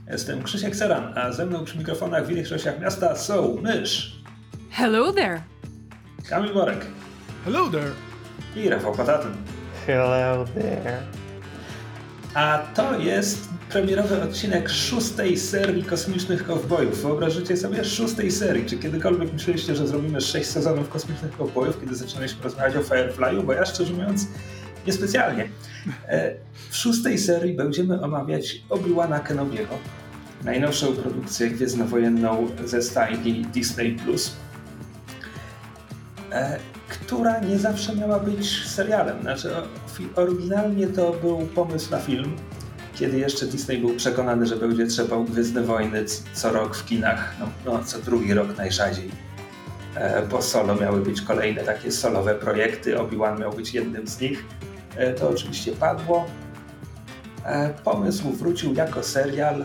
Jestem Krzysiek Seran, a ze mną przy mikrofonach w innych częściach miasta są Mysz. Hello there. Kamil Borek. Hello there. I Rafał Patatyn. Hello there. A to jest premierowy odcinek 6. serii Kosmicznych Kowbojów. Wyobraźcie sobie 6. serii. Czy kiedykolwiek myśleliście, że zrobimy 6 sezonów Kosmicznych Kowbojów, kiedy zaczynaliśmy rozmawiać o Firefly'u? Bo ja szczerze mówiąc niespecjalnie. W 6. serii będziemy omawiać Obi-Wana Kenobiego, najnowszą produkcję gwiezdnowojenną ze stajni Disney+, która nie zawsze miała być serialem. Znaczy, oryginalnie to był pomysł na film, kiedy jeszcze Disney był przekonany, że będzie trzepał Gwiezdne Wojny co rok w kinach, co drugi rok najrzadziej. Bo Solo miały być kolejne takie solowe projekty, Obi-Wan miał być jednym z nich. To oczywiście padło. Pomysł wrócił jako serial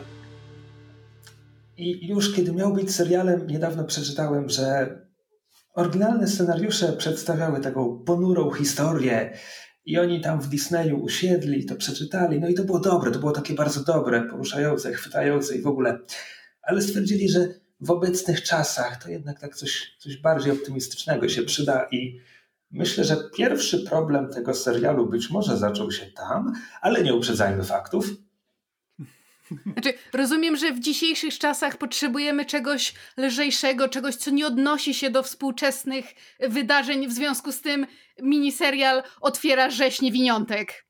i już kiedy miał być serialem, niedawno przeczytałem, że oryginalne scenariusze przedstawiały taką ponurą historię i oni tam w Disneyu usiedli, to przeczytali, no i to było dobre, to było takie bardzo dobre, poruszające, chwytające i w ogóle, ale stwierdzili, że w obecnych czasach to jednak tak coś bardziej optymistycznego się przyda i myślę, że pierwszy problem tego serialu być może zaczął się tam, ale nie uprzedzajmy faktów. Znaczy, rozumiem, że w dzisiejszych czasach potrzebujemy czegoś lżejszego, czegoś, co nie odnosi się do współczesnych wydarzeń. W związku z tym miniserial otwiera rzeź niewiniątek.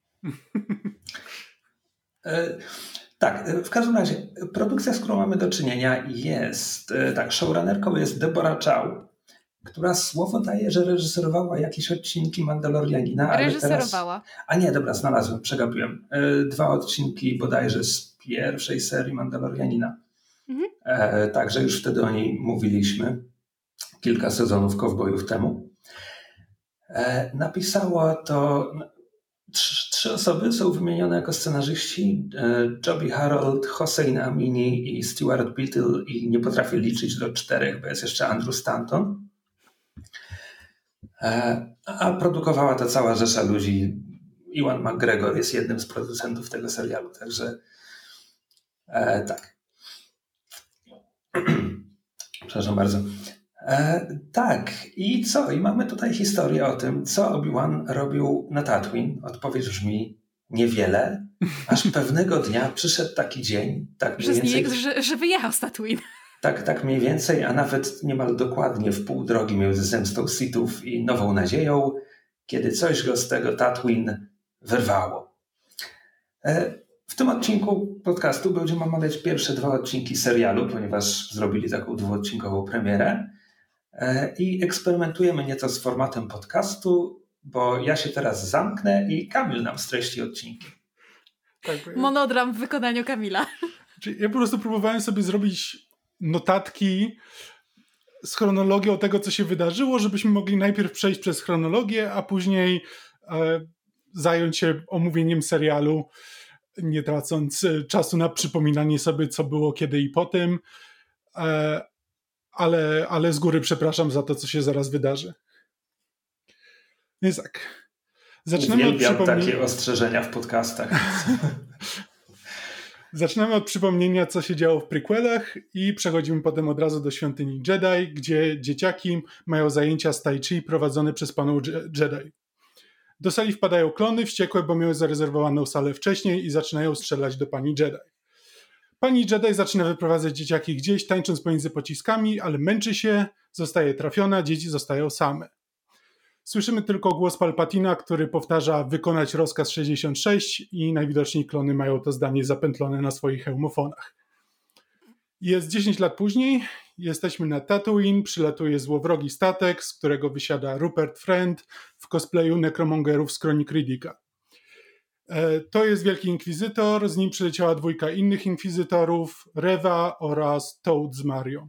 Tak, w każdym razie produkcja, z którą mamy do czynienia jest, tak, showrunnerką jest Deborah Chow, która słowo daje, że reżyserowała jakieś odcinki Mandalorianina. Ale reżyserowała. Znalazłem, przegapiłem. 2 odcinki bodajże z pierwszej serii Mandalorianina. Mhm. Także już wtedy o niej mówiliśmy kilka sezonów Kowbojów temu. Napisało to 3 osoby, są wymienione jako scenarzyści. Joby Harold, Hossein Amini i Stuart Bittle i nie potrafię liczyć do 4, bo jest jeszcze Andrew Stanton. A produkowała to cała rzesza ludzi. Ewan McGregor jest jednym z producentów tego serialu, także tak. Przepraszam bardzo. Tak, i co? I mamy tutaj historię o tym, co Obi-Wan robił na Tatooine. Odpowiedź brzmi niewiele, aż pewnego dnia przyszedł taki dzień, tak mniej więcej, że wyjechał z Tatooine. Tak mniej więcej, a nawet niemal dokładnie w pół drogi między Zemstą Sithów i Nową Nadzieją, kiedy coś go z tego Tatooine wyrwało. W tym odcinku podcastu będziemy omawiać pierwsze 2 odcinki serialu, ponieważ zrobili taką 2-odcinkową premierę i eksperymentujemy nieco z formatem podcastu, bo ja się teraz zamknę i Kamil nam streści odcinki. Tak, monodram w wykonaniu Kamila. Ja po prostu próbowałem sobie zrobić notatki z chronologią tego, co się wydarzyło, żebyśmy mogli najpierw przejść przez chronologię, a później zająć się omówieniem serialu, nie tracąc czasu na przypominanie sobie, co było kiedy i po tym, ale z góry przepraszam za to, co się zaraz wydarzy. Więc tak. Zaczynamy od takie ostrzeżenia w podcastach. Zaczynamy od przypomnienia, co się działo w prequelach i przechodzimy potem od razu do Świątyni Jedi, gdzie dzieciaki mają zajęcia z Tai Chi prowadzone przez panów Jedi. Do sali wpadają klony wściekłe, bo miały zarezerwowaną salę wcześniej i zaczynają strzelać do pani Jedi. Pani Jedi zaczyna wyprowadzać dzieciaki gdzieś, tańcząc pomiędzy pociskami, ale męczy się, zostaje trafiona, dzieci zostają same. Słyszymy tylko głos Palpatina, który powtarza wykonać rozkaz 66 i najwidoczniej klony mają to zdanie zapętlone na swoich hełmofonach. Jest 10 lat później, jesteśmy na Tatooine, przylatuje złowrogi statek, z którego wysiada Rupert Friend w cosplayu nekromongerów z Kronik Riddicka. To jest Wielki Inkwizytor, z nim przyleciała 2 innych inkwizytorów, Reva oraz Toad z Mario.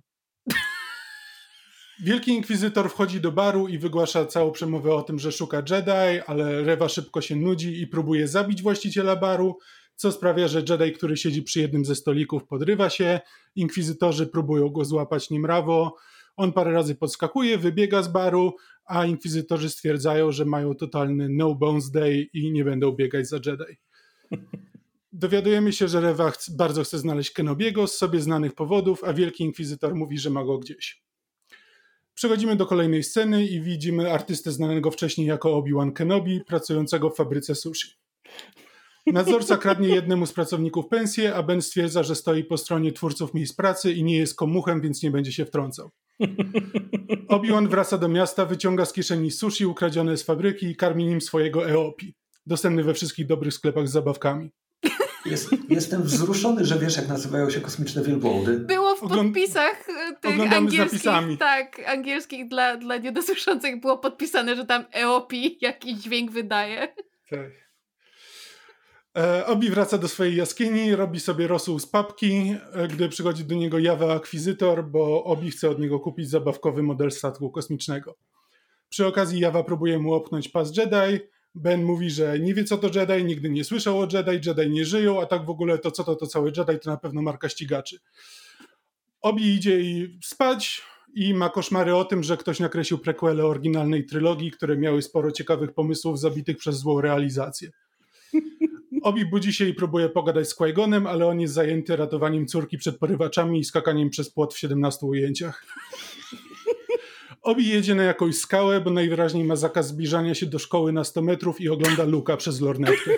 Wielki Inkwizytor wchodzi do baru i wygłasza całą przemowę o tym, że szuka Jedi, ale Reva szybko się nudzi i próbuje zabić właściciela baru, co sprawia, że Jedi, który siedzi przy jednym ze stolików, podrywa się, inkwizytorzy próbują go złapać nim rawo, on parę razy podskakuje, wybiega z baru, a inkwizytorzy stwierdzają, że mają totalny no bones day i nie będą biegać za Jedi. Dowiadujemy się, że Reva bardzo chce znaleźć Kenobiego z sobie znanych powodów, a Wielki Inkwizytor mówi, że ma go gdzieś. Przechodzimy do kolejnej sceny i widzimy artystę znanego wcześniej jako Obi-Wan Kenobi, pracującego w fabryce sushi. Nadzorca kradnie jednemu z pracowników pensję, a Ben stwierdza, że stoi po stronie twórców miejsc pracy i nie jest komuchem, więc nie będzie się wtrącał. Obi-Wan wraca do miasta, wyciąga z kieszeni sushi ukradzione z fabryki i karmi nim swojego Eopi. Dostępny we wszystkich dobrych sklepach z zabawkami. Jestem wzruszony, że wiesz, jak nazywają się kosmiczne wielbłądy. Było w podpisach tych Oglądamy angielskich, z napisami. tak, angielskich dla niedosłyszących było podpisane, że tam Eopi jakiś dźwięk wydaje. Tak. Obi wraca do swojej jaskini, robi sobie rosół z papki, gdy przychodzi do niego Java Akwizytor, bo Obi chce od niego kupić zabawkowy model statku kosmicznego. Przy okazji Java próbuje mu opchnąć pas Jedi. Ben mówi, że nie wie co to Jedi, nigdy nie słyszał o Jedi nie żyją, a tak w ogóle to co to cały Jedi to na pewno marka ścigaczy. Obi idzie i spać i ma koszmary o tym, że ktoś nakreślił prequele oryginalnej trylogii, które miały sporo ciekawych pomysłów zabitych przez złą realizację. Obi budzi się i próbuje pogadać z Qui-Gonem, ale on jest zajęty ratowaniem córki przed porywaczami i skakaniem przez płot w 17 ujęciach. Obi jedzie na jakąś skałę, bo najwyraźniej ma zakaz zbliżania się do szkoły na 100 metrów i ogląda Luke'a przez lornetkę.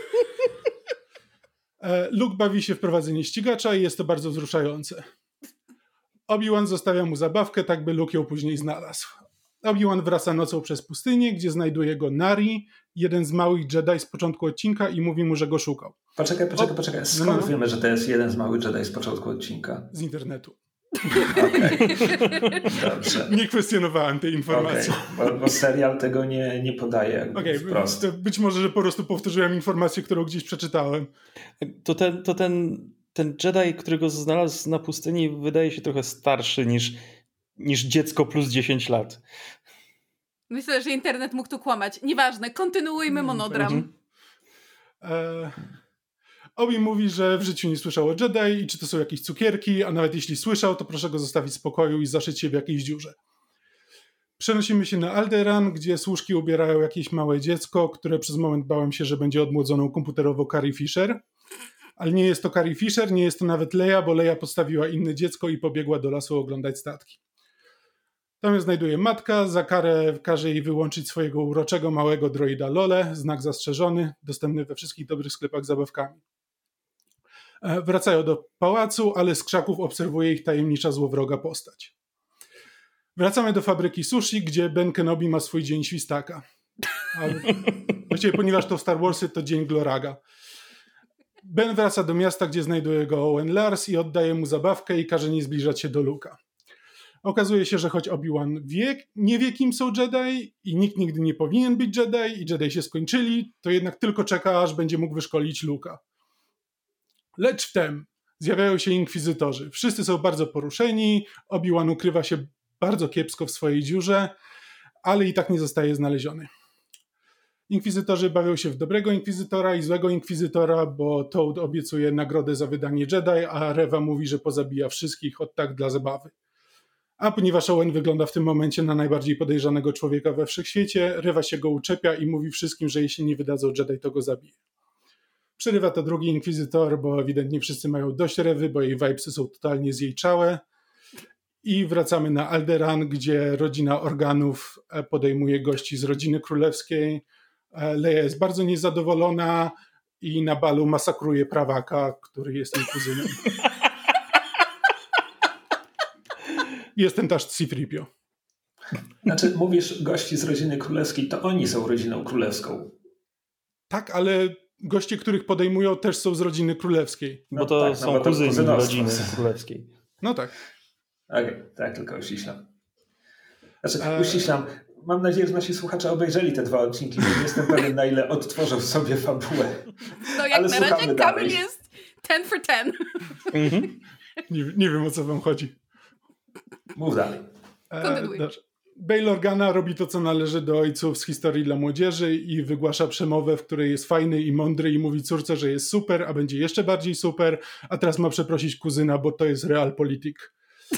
Luke bawi się w prowadzenie ścigacza i jest to bardzo wzruszające. Obi-Wan zostawia mu zabawkę, tak by Luke ją później znalazł. Obi-Wan wraca nocą przez pustynię, gdzie znajduje go Nari, jeden z małych Jedi z początku odcinka i mówi mu, że go szukał. Poczekaj. Skąd wiemy, że to jest jeden z małych Jedi z początku odcinka? Z internetu. Okej. Dobrze. Nie kwestionowałem tej informacji. Bo serial tego nie podaje wprost. To być może, że po prostu powtórzyłem informację, którą gdzieś przeczytałem. To ten Jedi, którego znalazł na pustyni, wydaje się trochę starszy niż dziecko plus 10 lat. Myślę, że internet mógł tu kłamać. Nieważne, kontynuujmy monodram. Obi mówi, że w życiu nie słyszał o Jedi i czy to są jakieś cukierki, a nawet jeśli słyszał, to proszę go zostawić w spokoju i zaszyć się w jakiejś dziurze. Przenosimy się na Alderaan, gdzie służki ubierają jakieś małe dziecko, które przez moment bałem się, że będzie odmłodzoną komputerowo Carrie Fisher. Ale nie jest to Carrie Fisher, nie jest to nawet Leia, bo Leia podstawiła inne dziecko i pobiegła do lasu oglądać statki. Tam ją znajduje matka, za karę każe jej wyłączyć swojego uroczego małego droida Lole, znak zastrzeżony, dostępny we wszystkich dobrych sklepach z zabawkami. Wracają do pałacu, ale z krzaków obserwuje ich tajemnicza złowroga postać. Wracamy do fabryki sushi, gdzie Ben Kenobi ma swój dzień świstaka. Właściwie, ponieważ to Star Warsy, to dzień Gloraga. Ben wraca do miasta, gdzie znajduje go Owen Lars i oddaje mu zabawkę i każe nie zbliżać się do Luke'a. Okazuje się, że choć Obi-Wan nie wie, kim są Jedi i nikt nigdy nie powinien być Jedi i Jedi się skończyli, to jednak tylko czeka, aż będzie mógł wyszkolić Luke'a. Lecz wtem zjawiają się inkwizytorzy. Wszyscy są bardzo poruszeni, Obi-Wan ukrywa się bardzo kiepsko w swojej dziurze, ale i tak nie zostaje znaleziony. Inkwizytorzy bawią się w dobrego inkwizytora i złego inkwizytora, bo Toad obiecuje nagrodę za wydanie Jedi, a Reva mówi, że pozabija wszystkich od tak dla zabawy. A ponieważ Owen wygląda w tym momencie na najbardziej podejrzanego człowieka we wszechświecie, Reva się go uczepia i mówi wszystkim, że jeśli nie wydadzą Jedi, to go zabije. Przerywa to drugi inkwizytor, bo ewidentnie wszyscy mają dość Rewy, bo jej vibesy są totalnie zjejczałe. I wracamy na Alderaan, gdzie rodzina Organów podejmuje gości z rodziny królewskiej. Leia jest bardzo niezadowolona i na balu masakruje prawaka, który jest jej kuzynem. Jestem też C-3PO. Znaczy, mówisz gości z rodziny królewskiej, to oni są rodziną królewską. Tak, ale goście, których podejmują, też są z rodziny królewskiej. Bo to tak, są bo to kuzyni kuzynostwo. rodziny królewskiej. No tak. Okej, tak, tylko uściślam. Znaczy, uściślam. Mam nadzieję, że nasi słuchacze obejrzeli te 2 odcinki, bo nie jestem pewien, na ile odtworzą sobie fabułę. No jak Ale na razie słuchamy Kamil dalej. jest 10 for 10. Nie wiem, o co wam chodzi. Mów dalej. Kontynuuj. Dobrze. Bail Organa robi to, co należy do ojców z historii dla młodzieży i wygłasza przemowę, w której jest fajny i mądry i mówi córce, że jest super, a będzie jeszcze bardziej super, a teraz ma przeprosić kuzyna, bo to jest realpolitik.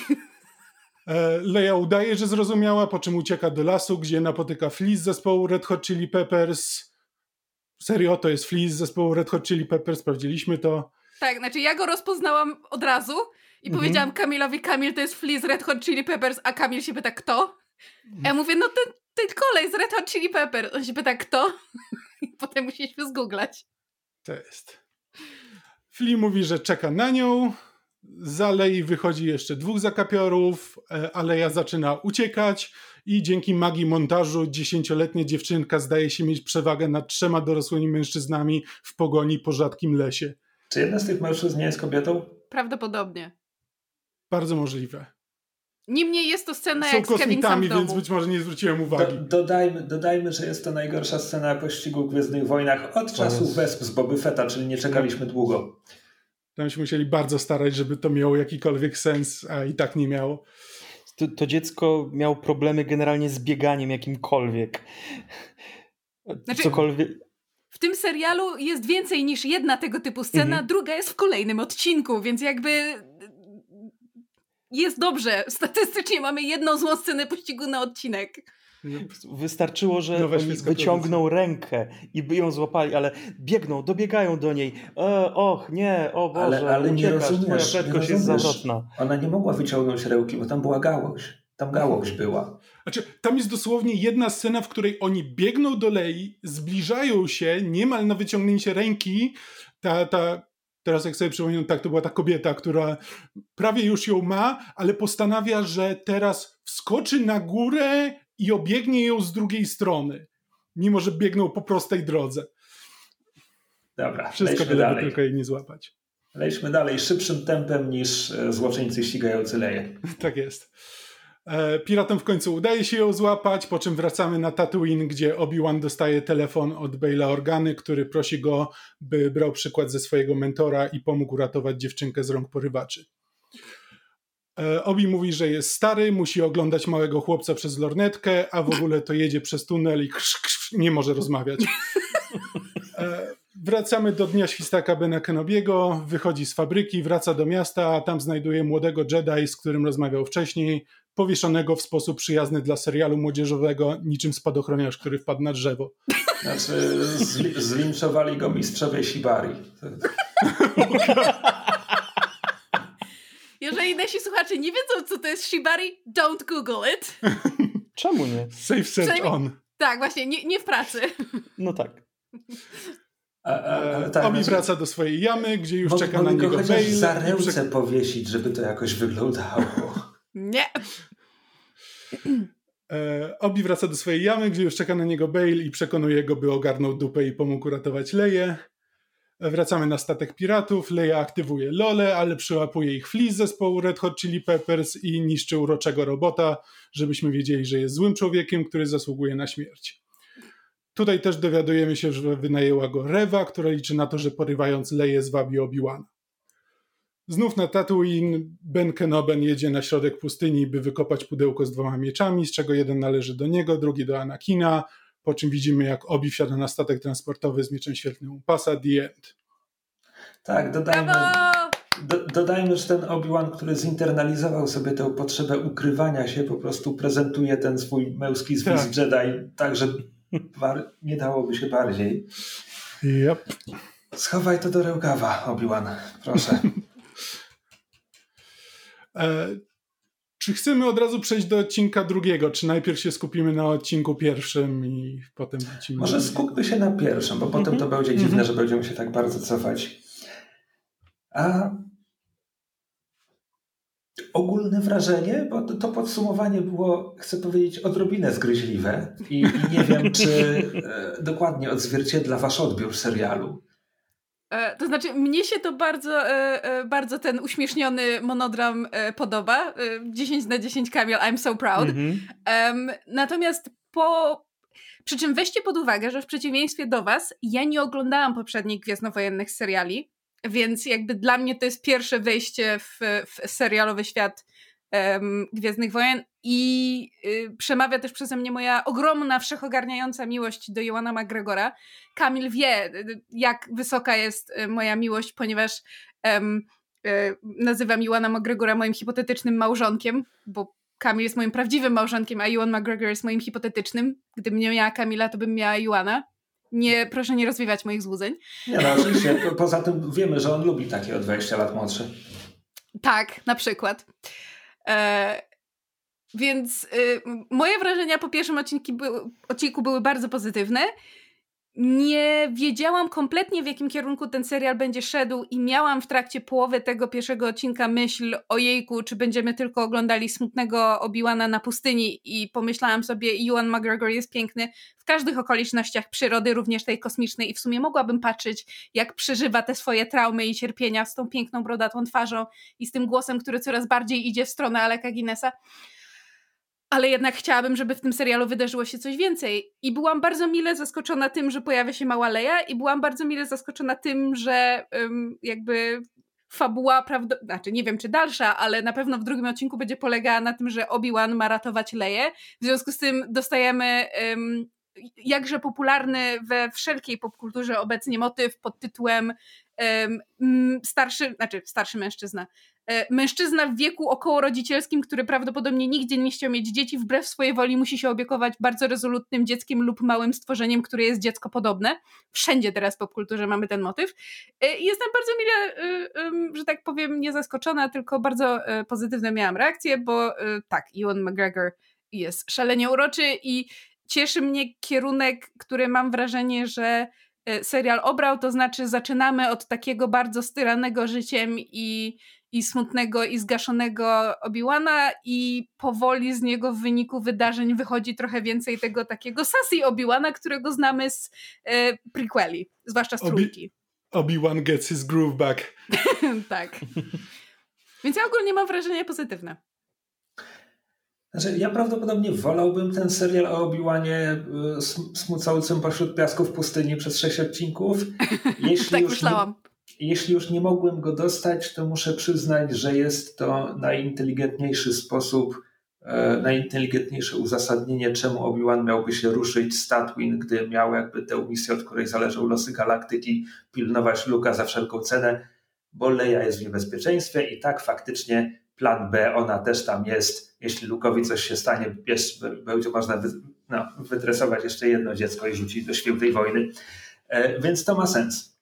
Leia udaje, że zrozumiała, po czym ucieka do lasu, gdzie napotyka Flea z zespołu Red Hot Chili Peppers. serio, to jest Flea z zespołu Red Hot Chili Peppers, sprawdziliśmy to. Tak, znaczy ja go rozpoznałam od razu i powiedziałam Kamilowi, Kamil, to jest Flea z Red Hot Chili Peppers, a Kamil się pyta, kto? A ja mówię, no ten kolej z Red Hot Chili Peppers. On się pyta, kto? I potem musieliśmy zgooglać. To jest. Flea mówi, że czeka na nią. Z alei wychodzi jeszcze 2 zakapiorów. Aleja zaczyna uciekać i dzięki magii montażu 10-letnia dziewczynka zdaje się mieć przewagę nad 3 dorosłymi mężczyznami w pogoni po rzadkim lesie. Czy jedna z tych mężczyzn nie jest kobietą? Prawdopodobnie. Bardzo możliwe. Niemniej jest to scena Są jak z Kevin sam kosmitami, w domu. więc być może nie zwróciłem uwagi. Dodajmy, że jest to najgorsza scena pościgu w Gwiezdnych Wojnach od czasów Wesp z Boby Fetta, czyli nie czekaliśmy długo. Tam się musieli bardzo starać, żeby to miało jakikolwiek sens, a i tak nie miało. To dziecko miało problemy generalnie z bieganiem jakimkolwiek. Znaczy, Cokolwiek. w tym serialu jest więcej niż jedna tego typu scena, druga jest w kolejnym odcinku, więc jakby jest dobrze. Statystycznie mamy jedną złą scenę pościgu na odcinek. Wystarczyło, że Nowa oni świecka wyciągną rękę i by ją złapali, ale biegną, dobiegają do niej. Och, nie, o Boże, ale nie uciekasz, rozumiesz. twoja prędkość jest zawrotna. Ona nie mogła wyciągnąć ręki, bo tam była gałąź. Tam gałąź była. Znaczy, tam jest dosłownie jedna scena, w której oni biegną do Lei, zbliżają się niemal na wyciągnięcie ręki. Teraz jak sobie przypominam, tak, to była ta kobieta, która prawie już ją ma, ale postanawia, że teraz wskoczy na górę i obiegnie ją z drugiej strony. Mimo, że biegną po prostej drodze. Dobra, Wszystko lećmy byleby dalej. tylko jej nie złapać. Lećmy dalej szybszym tempem niż złoczyńcy ścigający Leję. Tak jest. Piratom w końcu udaje się ją złapać, po czym wracamy na Tatooine, gdzie Obi-Wan dostaje telefon od Baila Organy, który prosi go, by brał przykład ze swojego mentora i pomógł uratować dziewczynkę z rąk porywaczy. Obi mówi, że jest stary, musi oglądać małego chłopca przez lornetkę, a w ogóle to jedzie przez tunel i nie może rozmawiać. Wracamy do Dnia Świstaka Bena Kenobiego, wychodzi z fabryki, wraca do miasta, a tam znajduje młodego Jedi, z którym rozmawiał wcześniej, powieszonego w sposób przyjazny dla serialu młodzieżowego, niczym spadochroniarz, który wpadł na drzewo. Znaczy, zlinczowali go mistrzowie Shibari. Jeżeli nasi słuchacze nie wiedzą, co to jest Shibari, don't Google it. Czemu nie? Safe search on. Tak, właśnie, nie w pracy. No tak. Tak, Obi wraca do swojej jamy, gdzie już czeka na mogli niego go chociaż Bail. za ręce powiesić, żeby to jakoś wyglądało. Nie. Obi wraca do swojej jamy, gdzie już czeka na niego Bail i przekonuje go, by ogarnął dupę i pomógł uratować Leję. Wracamy na statek piratów. Leia aktywuje Lolę, ale przyłapuje ich Flea z zespołu Red Hot Chili Peppers i niszczy uroczego robota, żebyśmy wiedzieli, że jest złym człowiekiem, który zasługuje na śmierć. Tutaj też dowiadujemy się, że wynajęła go Reva, która liczy na to, że porywając Leję zwabi Obi-Wana. Znów na Tatooine Ben Kenoben jedzie na środek pustyni, by wykopać pudełko z 2 mieczami, z czego jeden należy do niego, drugi do Anakina, po czym widzimy, jak Obi wsiada na statek transportowy z mieczem świetlnym u pasa. The end. Tak, Brawo! dodajmy, że ten Obi-Wan, który zinternalizował sobie tę potrzebę ukrywania się, po prostu prezentuje ten swój męski zwis Jedi tak, że nie dałoby się bardziej. Yep. Schowaj to do rękawa, Obi-Wan, proszę. Czy chcemy od razu przejść do odcinka drugiego, czy najpierw się skupimy na odcinku pierwszym i potem wrócimy? Może skupmy się na pierwszym, bo potem to będzie dziwne, że będziemy się tak bardzo cofać. A ogólne wrażenie, bo to podsumowanie było, chcę powiedzieć, odrobinę zgryźliwe i nie wiem, czy dokładnie odzwierciedla wasz odbiór serialu. To znaczy, mnie się to bardzo ten uśmieszniony monodram podoba. 10/10 Kamil, I'm so proud. Natomiast przy czym weźcie pod uwagę, że w przeciwieństwie do was, ja nie oglądałam poprzednich gwiezdnowojennych seriali, więc jakby dla mnie to jest pierwsze wejście w serialowy świat Gwiezdnych Wojen i przemawia też przeze mnie moja ogromna, wszechogarniająca miłość do Ewana McGregora. Kamil wie, jak wysoka jest moja miłość, ponieważ nazywam Ewana McGregora moim hipotetycznym małżonkiem, bo Kamil jest moim prawdziwym małżonkiem, a Ewan McGregor jest moim hipotetycznym. Gdybym nie miała Kamila, to bym miała Ewana. proszę nie rozwiewać moich złudzeń. Nie, no oczywiście. Poza tym wiemy, że on lubi takie o 20 lat młodsze. Tak, na przykład. Więc moje wrażenia po pierwszym odcinku były bardzo pozytywne. Nie wiedziałam kompletnie, w jakim kierunku ten serial będzie szedł i miałam w trakcie połowy tego pierwszego odcinka myśl, ojejku, czy będziemy tylko oglądali smutnego Obi-Wana na pustyni, i pomyślałam sobie, Ewan McGregor jest piękny w każdych okolicznościach przyrody, również tej kosmicznej, i w sumie mogłabym patrzeć, jak przeżywa te swoje traumy i cierpienia z tą piękną, brodatą twarzą i z tym głosem, który coraz bardziej idzie w stronę Aleka Guinnessa. Ale jednak chciałabym, żeby w tym serialu wydarzyło się coś więcej. I byłam bardzo mile zaskoczona tym, że pojawia się mała Leia, i byłam bardzo mile zaskoczona tym, że jakby fabuła, znaczy nie wiem czy dalsza, ale na pewno w drugim odcinku będzie polegała na tym, że Obi-Wan ma ratować Leię. W związku z tym dostajemy jakże popularny we wszelkiej popkulturze obecnie motyw pod tytułem starszy mężczyzna. Mężczyzna w wieku okołorodzicielskim, który prawdopodobnie nigdzie nie chciał mieć dzieci, wbrew swojej woli musi się opiekować bardzo rezolutnym dzieckiem lub małym stworzeniem, które jest dziecko podobne. Wszędzie teraz w popkulturze mamy ten motyw. I jestem bardzo mile, że tak powiem, nie zaskoczona, tylko bardzo pozytywne miałam reakcję, bo tak, Ewan McGregor jest szalenie uroczy i cieszy mnie kierunek, który mam wrażenie, że serial obrał, to znaczy zaczynamy od takiego bardzo styranego życiem i smutnego i zgaszonego Obi-Wana, i powoli z niego w wyniku wydarzeń wychodzi trochę więcej tego takiego sassy Obi-Wana, którego znamy z prequeli, zwłaszcza z trójki. Obi-Wan gets his groove back. Tak. Więc ja ogólnie mam wrażenie pozytywne. Znaczy, ja prawdopodobnie wolałbym ten serial o Obi-Wanie smucącym pośród piasków pustyni przez 6 odcinków. Tak myślałam. Jeśli już nie mogłem go dostać, to muszę przyznać, że jest to najinteligentniejszy sposób, najinteligentniejsze uzasadnienie, czemu Obi-Wan miałby się ruszyć z Tatooine, gdy miał jakby tę misję, od której zależą losy galaktyki, pilnować Luka za wszelką cenę, bo Leia jest w niebezpieczeństwie i tak faktycznie plan B, ona też tam jest. Jeśli Luke'owi coś się stanie, będzie można wytresować jeszcze jedno dziecko i rzucić do świętej wojny. Więc to ma sens.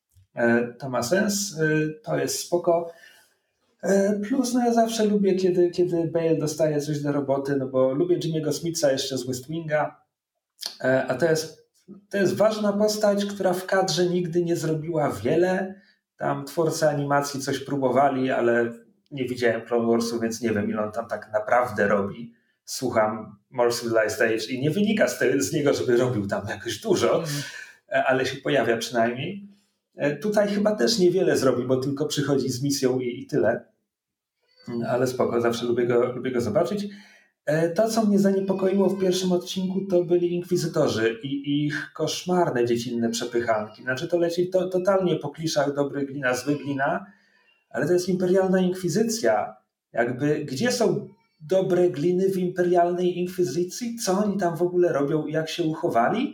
To jest spoko. Plus ja zawsze lubię, kiedy Bale dostaje coś do roboty, no bo lubię Jimmy'ego Smitha jeszcze z West Winga, a to jest ważna postać, która w kadrze nigdy nie zrobiła wiele. Tam twórcy animacji coś próbowali, ale nie widziałem Clone Warsu, więc nie wiem, ile on tam tak naprawdę robi. Słucham More Civilized Age i nie wynika z niego, żeby robił tam jakoś dużo, ale się pojawia przynajmniej. Tutaj chyba też niewiele zrobi, bo tylko przychodzi z misją i tyle. Ale spoko, zawsze lubię go zobaczyć. To, co mnie zaniepokoiło w pierwszym odcinku, to byli inkwizytorzy i ich koszmarne dziecinne przepychanki. Znaczy to leci totalnie po kliszach dobry glina, zły glina, ale to jest imperialna inkwizycja. Jakby, gdzie są dobre gliny w imperialnej inkwizycji? Co oni tam w ogóle robią i jak się uchowali?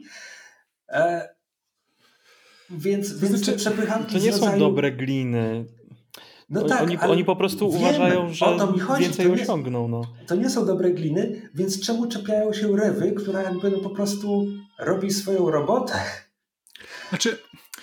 Więc te przepychanki to nie są dobre gliny. No tak, oni po prostu uważają, że więcej osiągną. No. To nie są dobre gliny, więc czemu czepiają się Rewy, która jakby po prostu robi swoją robotę? Znaczy,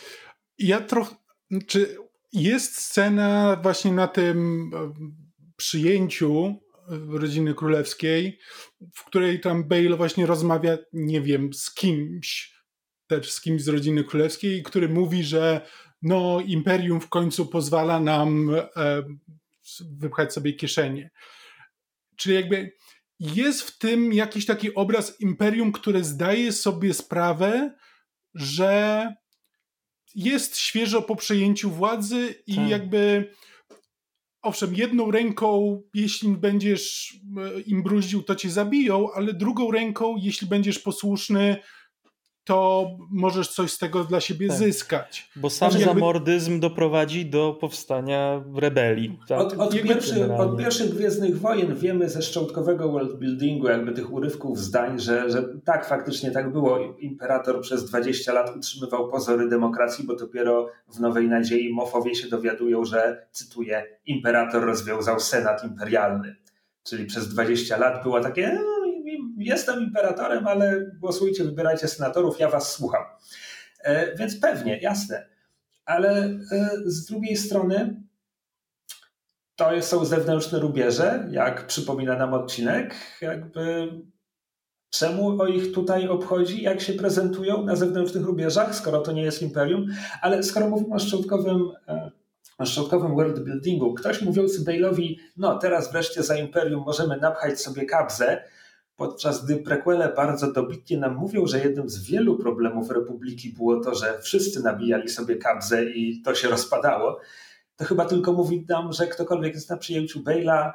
jest scena właśnie na tym przyjęciu rodziny królewskiej, w której tam Bale właśnie rozmawia, nie wiem, z kimś z rodziny królewskiej, który mówi, że no imperium w końcu pozwala nam wypchać sobie kieszenie. Czyli jakby jest w tym jakiś taki obraz imperium, które zdaje sobie sprawę, że jest świeżo po przejęciu władzy i jakby owszem, jedną ręką, jeśli będziesz im bruździł, to cię zabiją, ale drugą ręką, jeśli będziesz posłuszny, to możesz coś z tego dla siebie zyskać. Bo sam zamordyzm doprowadzi do powstania rebelii. Tak? Od pierwszych Gwiezdnych Wojen wiemy ze szczątkowego worldbuildingu, jakby tych urywków zdań, że tak, faktycznie tak było. Imperator przez 20 lat utrzymywał pozory demokracji, bo dopiero w Nowej Nadziei Moffowie się dowiadują, że, cytuję, imperator rozwiązał senat imperialny. Czyli przez 20 lat było takie... jestem imperatorem, ale głosujcie, wybierajcie senatorów, ja was słucham. Więc pewnie, jasne. Ale z drugiej strony to są zewnętrzne rubieże, jak przypomina nam odcinek. Jakby czemu o ich tutaj obchodzi, jak się prezentują na zewnętrznych rubieżach, skoro to nie jest Imperium? Ale skoro mówimy o szczątkowym worldbuildingu, ktoś mówiący Bale'owi, no teraz wreszcie za Imperium możemy napchać sobie kabzę, podczas gdy prequele bardzo dobitnie nam mówią, że jednym z wielu problemów Republiki było to, że wszyscy nabijali sobie kabzę i to się rozpadało, to chyba tylko mówi nam, że ktokolwiek jest na przyjęciu Bale'a,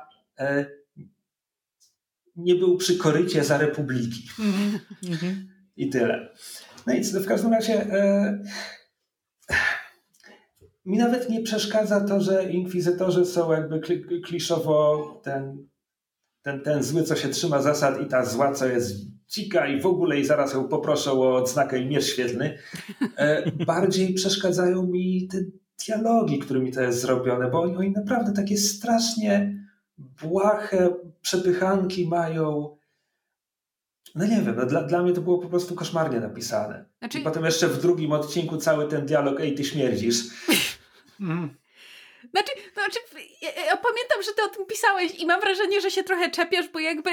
nie był przy korycie za Republiki. I tyle. No i w każdym razie mi nawet nie przeszkadza to, że inkwizytorzy są jakby kliszowo ten zły, co się trzyma zasad i ta zła, co jest dzika i w ogóle i zaraz ją poproszę o odznakę i miecz świetlny. Bardziej przeszkadzają mi te dialogi, którymi to jest zrobione, bo oni naprawdę takie strasznie błahe przepychanki mają. No nie wiem, dla mnie to było po prostu koszmarnie napisane. I potem jeszcze w drugim odcinku cały ten dialog, ej, ty śmierdzisz. Znaczy, ja pamiętam, że ty o tym pisałeś i mam wrażenie, że się trochę czepiasz, bo jakby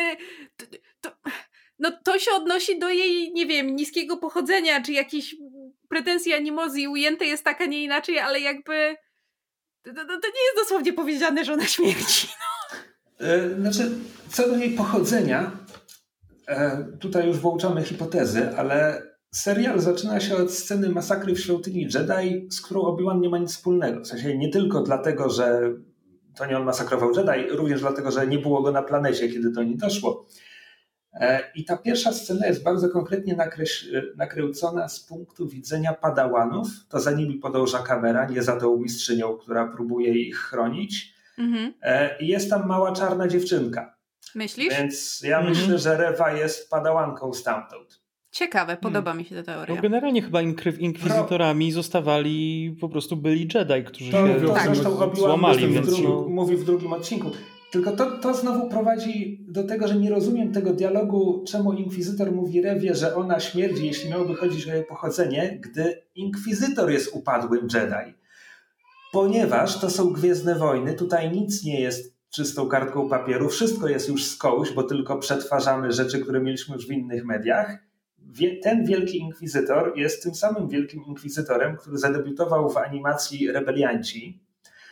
to się odnosi do jej, nie wiem, niskiego pochodzenia, czy jakiejś pretensji animozji ujęte jest tak, a nie inaczej, ale jakby to nie jest dosłownie powiedziane, że ona śmierdzi. Znaczy, co do jej pochodzenia, tutaj już włączamy hipotezy, ale serial zaczyna się od sceny masakry w świątyni Jedi, z którą Obi-Wan nie ma nic wspólnego. W sensie nie tylko dlatego, że to nie on masakrował Jedi, również dlatego, że nie było go na planecie, kiedy do niej doszło. I ta pierwsza scena jest bardzo konkretnie nakręcona z punktu widzenia padawanów. To za nimi podąża kamera, nie za tą mistrzynią, która próbuje ich chronić. I jest tam mała czarna dziewczynka. Myślisz? Więc ja myślę, że Rewa jest padałanką stamtąd. Ciekawe, podoba mi się ta teoria. No generalnie chyba inkwizytorami zostawali, po prostu byli Jedi, którzy się złamali. Mówi w drugim odcinku. Tylko to znowu prowadzi do tego, że nie rozumiem tego dialogu, czemu inkwizytor mówi Rewie, że ona śmierdzi, jeśli miałoby chodzić o jej pochodzenie, gdy inkwizytor jest upadłym Jedi. Ponieważ to są Gwiezdne Wojny, tutaj nic nie jest czystą kartką papieru, wszystko jest już skądś, bo tylko przetwarzamy rzeczy, które mieliśmy już w innych mediach. Ten wielki inkwizytor jest tym samym wielkim inkwizytorem, który zadebiutował w animacji Rebelianci.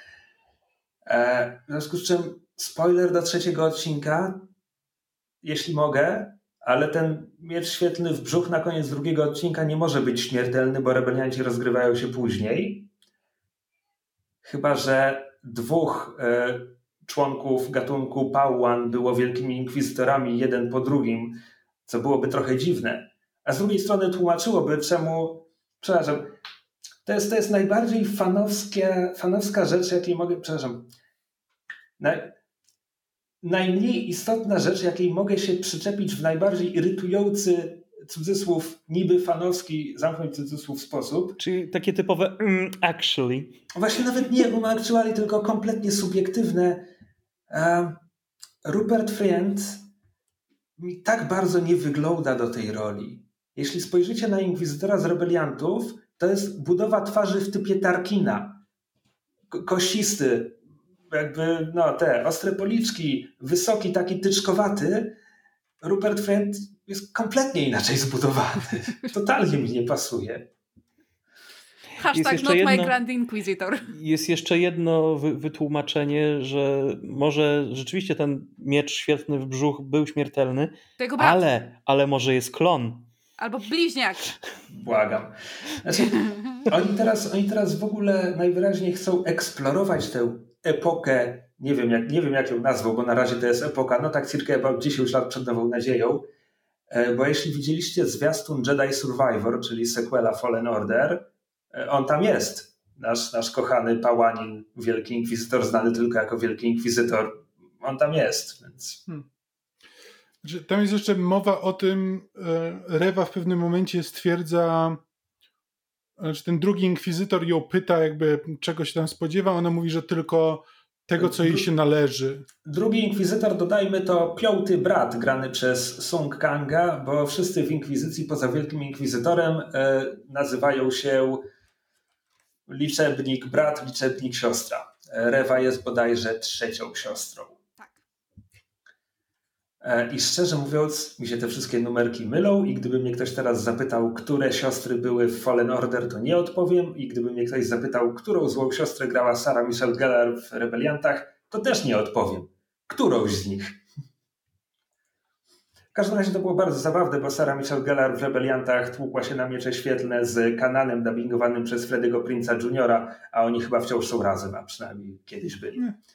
W związku z czym spoiler do 3. odcinka, jeśli mogę, ale ten miecz świetlny w brzuch na koniec 2. odcinka nie może być śmiertelny, bo Rebelianci rozgrywają się później. Chyba że 2 członków gatunku Paułan było wielkimi inkwizytorami jeden po drugim, co byłoby trochę dziwne. A z drugiej strony tłumaczyłoby, czemu... Przepraszam, to jest najbardziej fanowska rzecz, jakiej mogę... Przepraszam. Najmniej istotna rzecz, jakiej mogę się przyczepić w najbardziej irytujący, cudzysłów, niby fanowski, zamknąć cudzysłów sposób. Czyli takie typowe actually. Właśnie nawet nie actually, tylko kompletnie subiektywne. Rupert Friend mi tak bardzo nie wygląda do tej roli. Jeśli spojrzycie na Inkwizytora z Rebeliantów, to jest budowa twarzy w typie Tarkina. Kościsty, jakby te ostre policzki, wysoki, taki tyczkowaty. Rupert Friend jest kompletnie inaczej zbudowany. Totalnie mi nie pasuje. Hashtag not my Grand Inquisitor. Jest jeszcze jedno wytłumaczenie, że może rzeczywiście ten miecz świetlny w brzuch był śmiertelny, ale może jest klon. Albo bliźniak. Błagam. Znaczy, oni teraz w ogóle najwyraźniej chcą eksplorować tę epokę, nie wiem jak ją nazwą, bo na razie to jest epoka, tak circa about 10 lat przed Nową Nadzieją, bo jeśli widzieliście zwiastun Jedi Survivor, czyli sequela Fallen Order, on tam jest. Nasz kochany Pałanin, Wielki Inkwizytor, znany tylko jako Wielki Inkwizytor, on tam jest, więc... Tam jest jeszcze mowa o tym, Rewa w pewnym momencie stwierdza, że ten drugi inkwizytor ją pyta, jakby czego się tam spodziewa, ona mówi, że tylko tego, co jej się należy. Drugi inkwizytor, dodajmy, to 5. brat grany przez Sung Kanga, bo wszyscy w inkwizycji poza Wielkim Inkwizytorem nazywają się liczebnik brat, liczebnik siostra. Rewa jest bodajże 3. siostrą. Tak. I szczerze mówiąc, mi się te wszystkie numerki mylą i gdyby mnie ktoś teraz zapytał, które siostry były w Fallen Order, to nie odpowiem. I gdyby mnie ktoś zapytał, którą złą siostrę grała Sarah Michelle Gellar w Rebeliantach, to też nie odpowiem. Którąś z nich. W każdym razie to było bardzo zabawne, bo Sarah Michelle Gellar w Rebeliantach tłukła się na miecze świetlne z Kananem dubbingowanym przez Freddy'ego Prince'a Juniora, a oni chyba wciąż są razem, a przynajmniej kiedyś byli.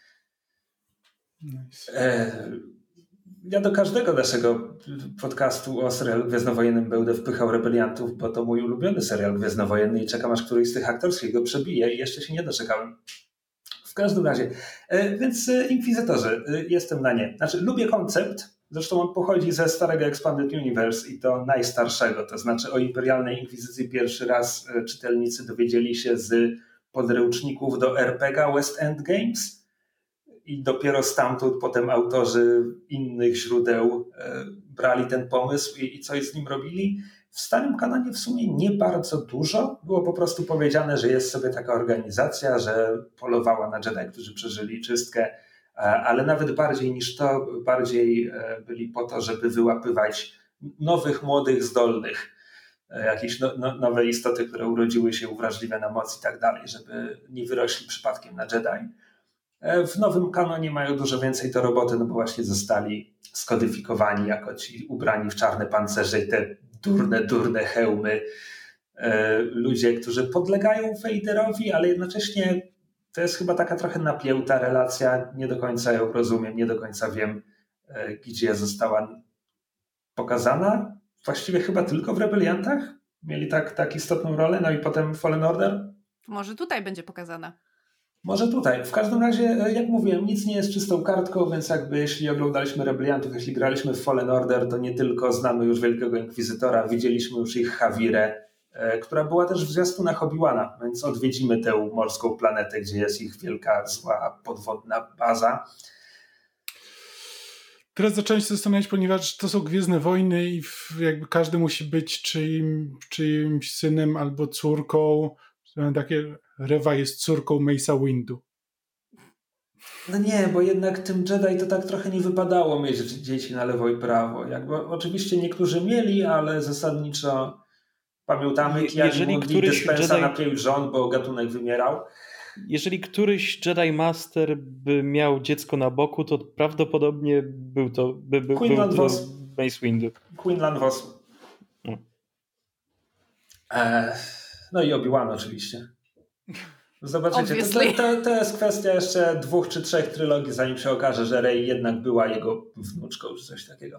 Nice. Ja do każdego naszego podcastu o serialu gwiezdnowojennym będę wpychał Rebeliantów, bo to mój ulubiony serial gwiezdnowojenny i czekam, aż któryś z tych aktorskich go przebije i jeszcze się nie doczekałem. W każdym razie, więc Inkwizytorzy, jestem na nie. Znaczy, lubię koncept, zresztą on pochodzi ze starego Expanded Universe i to najstarszego, to znaczy o Imperialnej Inkwizycji pierwszy raz czytelnicy dowiedzieli się z podręczników do RPG West End Games i dopiero stamtąd potem autorzy innych źródeł brali ten pomysł i coś z nim robili. W starym kanonie w sumie nie bardzo dużo. Było po prostu powiedziane, że jest sobie taka organizacja, że polowała na Jedi, którzy przeżyli czystkę, ale nawet bardziej niż to, bardziej byli po to, żeby wyłapywać nowych, młodych, zdolnych, jakieś nowe istoty, które urodziły się uwrażliwe na moc i tak dalej, żeby nie wyrośli przypadkiem na Jedi. W nowym kanonie mają dużo więcej do roboty, no bo właśnie zostali skodyfikowani jako ci ubrani w czarne pancerze i te durne hełmy. Ludzie, którzy podlegają Vaderowi, ale jednocześnie to jest chyba taka trochę napięta relacja. Nie do końca ją rozumiem, nie do końca wiem, gdzie została pokazana. Właściwie chyba tylko w Rebeliantach mieli tak istotną rolę, no i potem Fallen Order. Może tutaj będzie pokazana. Może tutaj. W każdym razie, jak mówiłem, nic nie jest czystą kartką, więc jakby jeśli oglądaliśmy Rebeliantów, jeśli graliśmy w Fallen Order, to nie tylko znamy już Wielkiego Inkwizytora, widzieliśmy już ich Hawirę, która była też w zwiastunach Obi-Wana, więc odwiedzimy tę morską planetę, gdzie jest ich wielka, zła, podwodna baza. Teraz zacząłem się zastanawiać, ponieważ to są Gwiezdne Wojny i jakby każdy musi być czyimś synem albo córką. Takie Rewa jest córką Mace'a Windu. No nie, bo jednak tym Jedi to tak trochę nie wypadało mieć dzieci na lewo i prawo. Jakby oczywiście niektórzy mieli, ale zasadniczo pamiętamy, jak mogli Dispensa na 5 żon, bo gatunek wymierał. Jeżeli któryś Jedi Master by miał dziecko na boku, to prawdopodobnie był to Mace Windu. Quinlan Vos. No i Obi-Wan oczywiście. Zobaczycie, to jest kwestia jeszcze 2 czy 3 trylogii, zanim się okaże, że Rey jednak była jego wnuczką, czy coś takiego.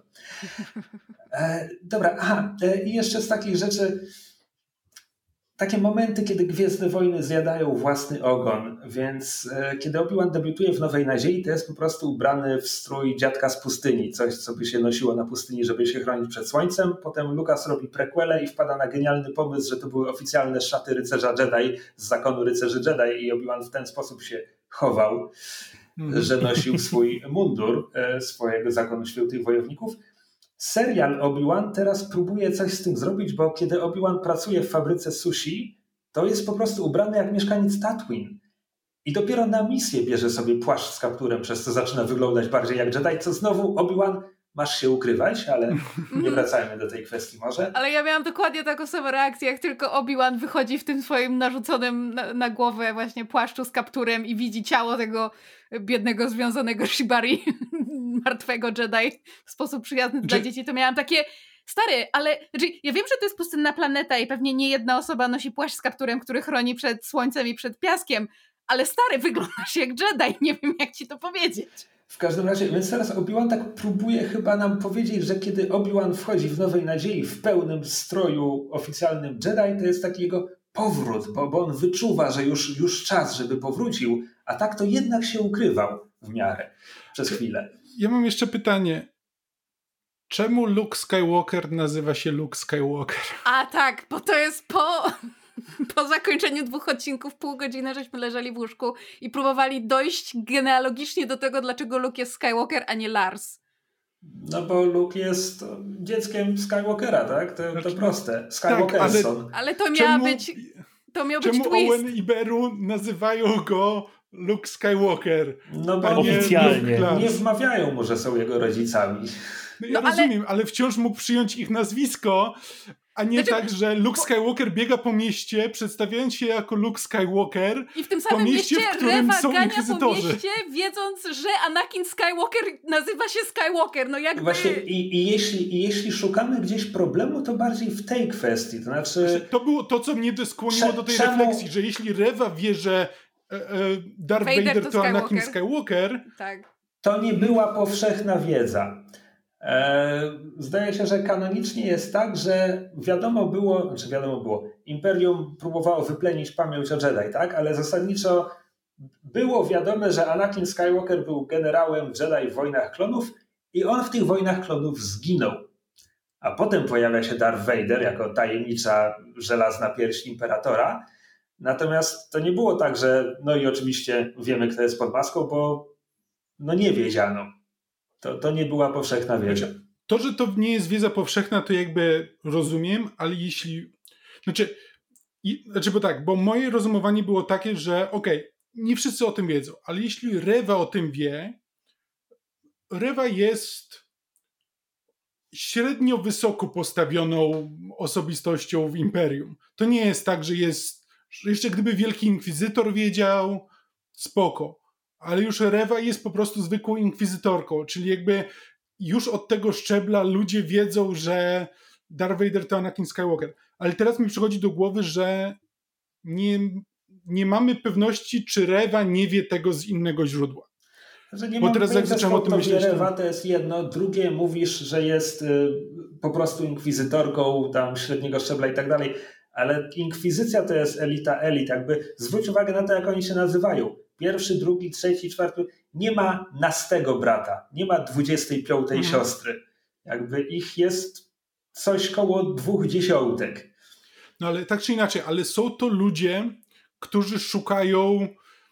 Dobra, i jeszcze z takich rzeczy, takie momenty, kiedy Gwiezdne Wojny zjadają własny ogon, więc kiedy Obi-Wan debiutuje w Nowej Nadziei, to jest po prostu ubrany w strój dziadka z pustyni, coś, co by się nosiło na pustyni, żeby się chronić przed słońcem. Potem Lucas robi prequele i wpada na genialny pomysł, że to były oficjalne szaty rycerza Jedi z zakonu rycerzy Jedi i Obi-Wan w ten sposób się chował, że nosił swój mundur swojego zakonu świętych wojowników. Serial Obi-Wan teraz próbuje coś z tym zrobić, bo kiedy Obi-Wan pracuje w fabryce sushi, to jest po prostu ubrany jak mieszkaniec Tatooine. I dopiero na misję bierze sobie płaszcz z kapturem, przez co zaczyna wyglądać bardziej jak Jedi, co znowu Obi-Wan, masz się ukrywać, ale nie wracajmy do tej kwestii może. Ale ja miałam dokładnie taką samą reakcję, jak tylko Obi-Wan wychodzi w tym swoim narzuconym na głowę właśnie płaszczu z kapturem i widzi ciało tego biednego, związanego Shibari, martwego Jedi w sposób przyjazny dla dzieci, to miałam takie, stary, ale ja wiem, że to jest pustynna planeta i pewnie nie jedna osoba nosi płaszcz z kapturem, który chroni przed słońcem i przed piaskiem, ale stary, wyglądasz jak Jedi, nie wiem jak ci to powiedzieć. W każdym razie, więc teraz Obi-Wan tak próbuje chyba nam powiedzieć, że kiedy Obi-Wan wchodzi w Nowej Nadziei w pełnym stroju oficjalnym Jedi, to jest taki jego powrót, bo on wyczuwa, że już czas, żeby powrócił, a tak to jednak się ukrywał w miarę przez chwilę. Ja mam jeszcze pytanie. Czemu Luke Skywalker nazywa się Luke Skywalker? A tak, bo to jest po po zakończeniu 2 odcinków pół godziny żeśmy leżeli w łóżku i próbowali dojść genealogicznie do tego, dlaczego Luke jest Skywalker, a nie Lars. No bo Luke jest dzieckiem Skywalkera, tak? To proste. Skywalkerson. Tak, ale to miał być Czemu twist. Owen i Beru nazywają go Luke Skywalker? No bo oficjalnie. Nie wmawiają mu, że są jego rodzicami. No ja rozumiem, ale wciąż mógł przyjąć ich nazwisko, a nie tak, że Luke Skywalker biega po mieście, przedstawiając się jako Luke Skywalker. I w tym samym mieście, w którym Reva są gania inkwizytorzy. po mieście, wiedząc, że Anakin Skywalker nazywa się Skywalker. No jakby... Właśnie jeśli szukamy gdzieś problemu, to bardziej w tej kwestii. To znaczy... To było to, co mnie skłoniło do tej refleksji, że jeśli Reva wie, że Darth Vader to Anakin Skywalker, tak. To nie była powszechna wiedza. Zdaje się, że kanonicznie jest tak, że wiadomo było, Imperium próbowało wyplenić pamięć o Jedi, tak? Ale zasadniczo było wiadome, że Anakin Skywalker był generałem Jedi w Wojnach Klonów i on w tych Wojnach Klonów zginął. A potem pojawia się Darth Vader jako tajemnicza żelazna pierś Imperatora. Natomiast to nie było tak, że no i oczywiście wiemy, kto jest pod maską, bo no nie wiedziano. To nie była powszechna wiedza. To, że to nie jest wiedza powszechna, to jakby rozumiem, ale jeśli... Bo moje rozumowanie było takie, że nie wszyscy o tym wiedzą, ale jeśli Reva o tym wie, Reva jest średnio wysoko postawioną osobistością w Imperium. To nie jest tak, że jeszcze gdyby Wielki Inkwizytor wiedział, spoko. Ale już Reva jest po prostu zwykłą inkwizytorką, czyli jakby już od tego szczebla ludzie wiedzą, że Darth Vader to Anakin Skywalker. Ale teraz mi przychodzi do głowy, że nie mamy pewności, czy Reva nie wie tego z innego źródła. Bo teraz jak zacząłem o tym myśleć... Reva to jest jedno, drugie mówisz, że jest po prostu inkwizytorką tam średniego szczebla i tak dalej, ale inkwizycja to jest elita elit. Jakby zwróć uwagę na to, jak oni się nazywają. 1., 2., 3., 4. Nie ma nastego brata, nie ma 25. siostry. Jakby ich jest coś koło 20. No ale tak czy inaczej, ale są to ludzie, którzy szukają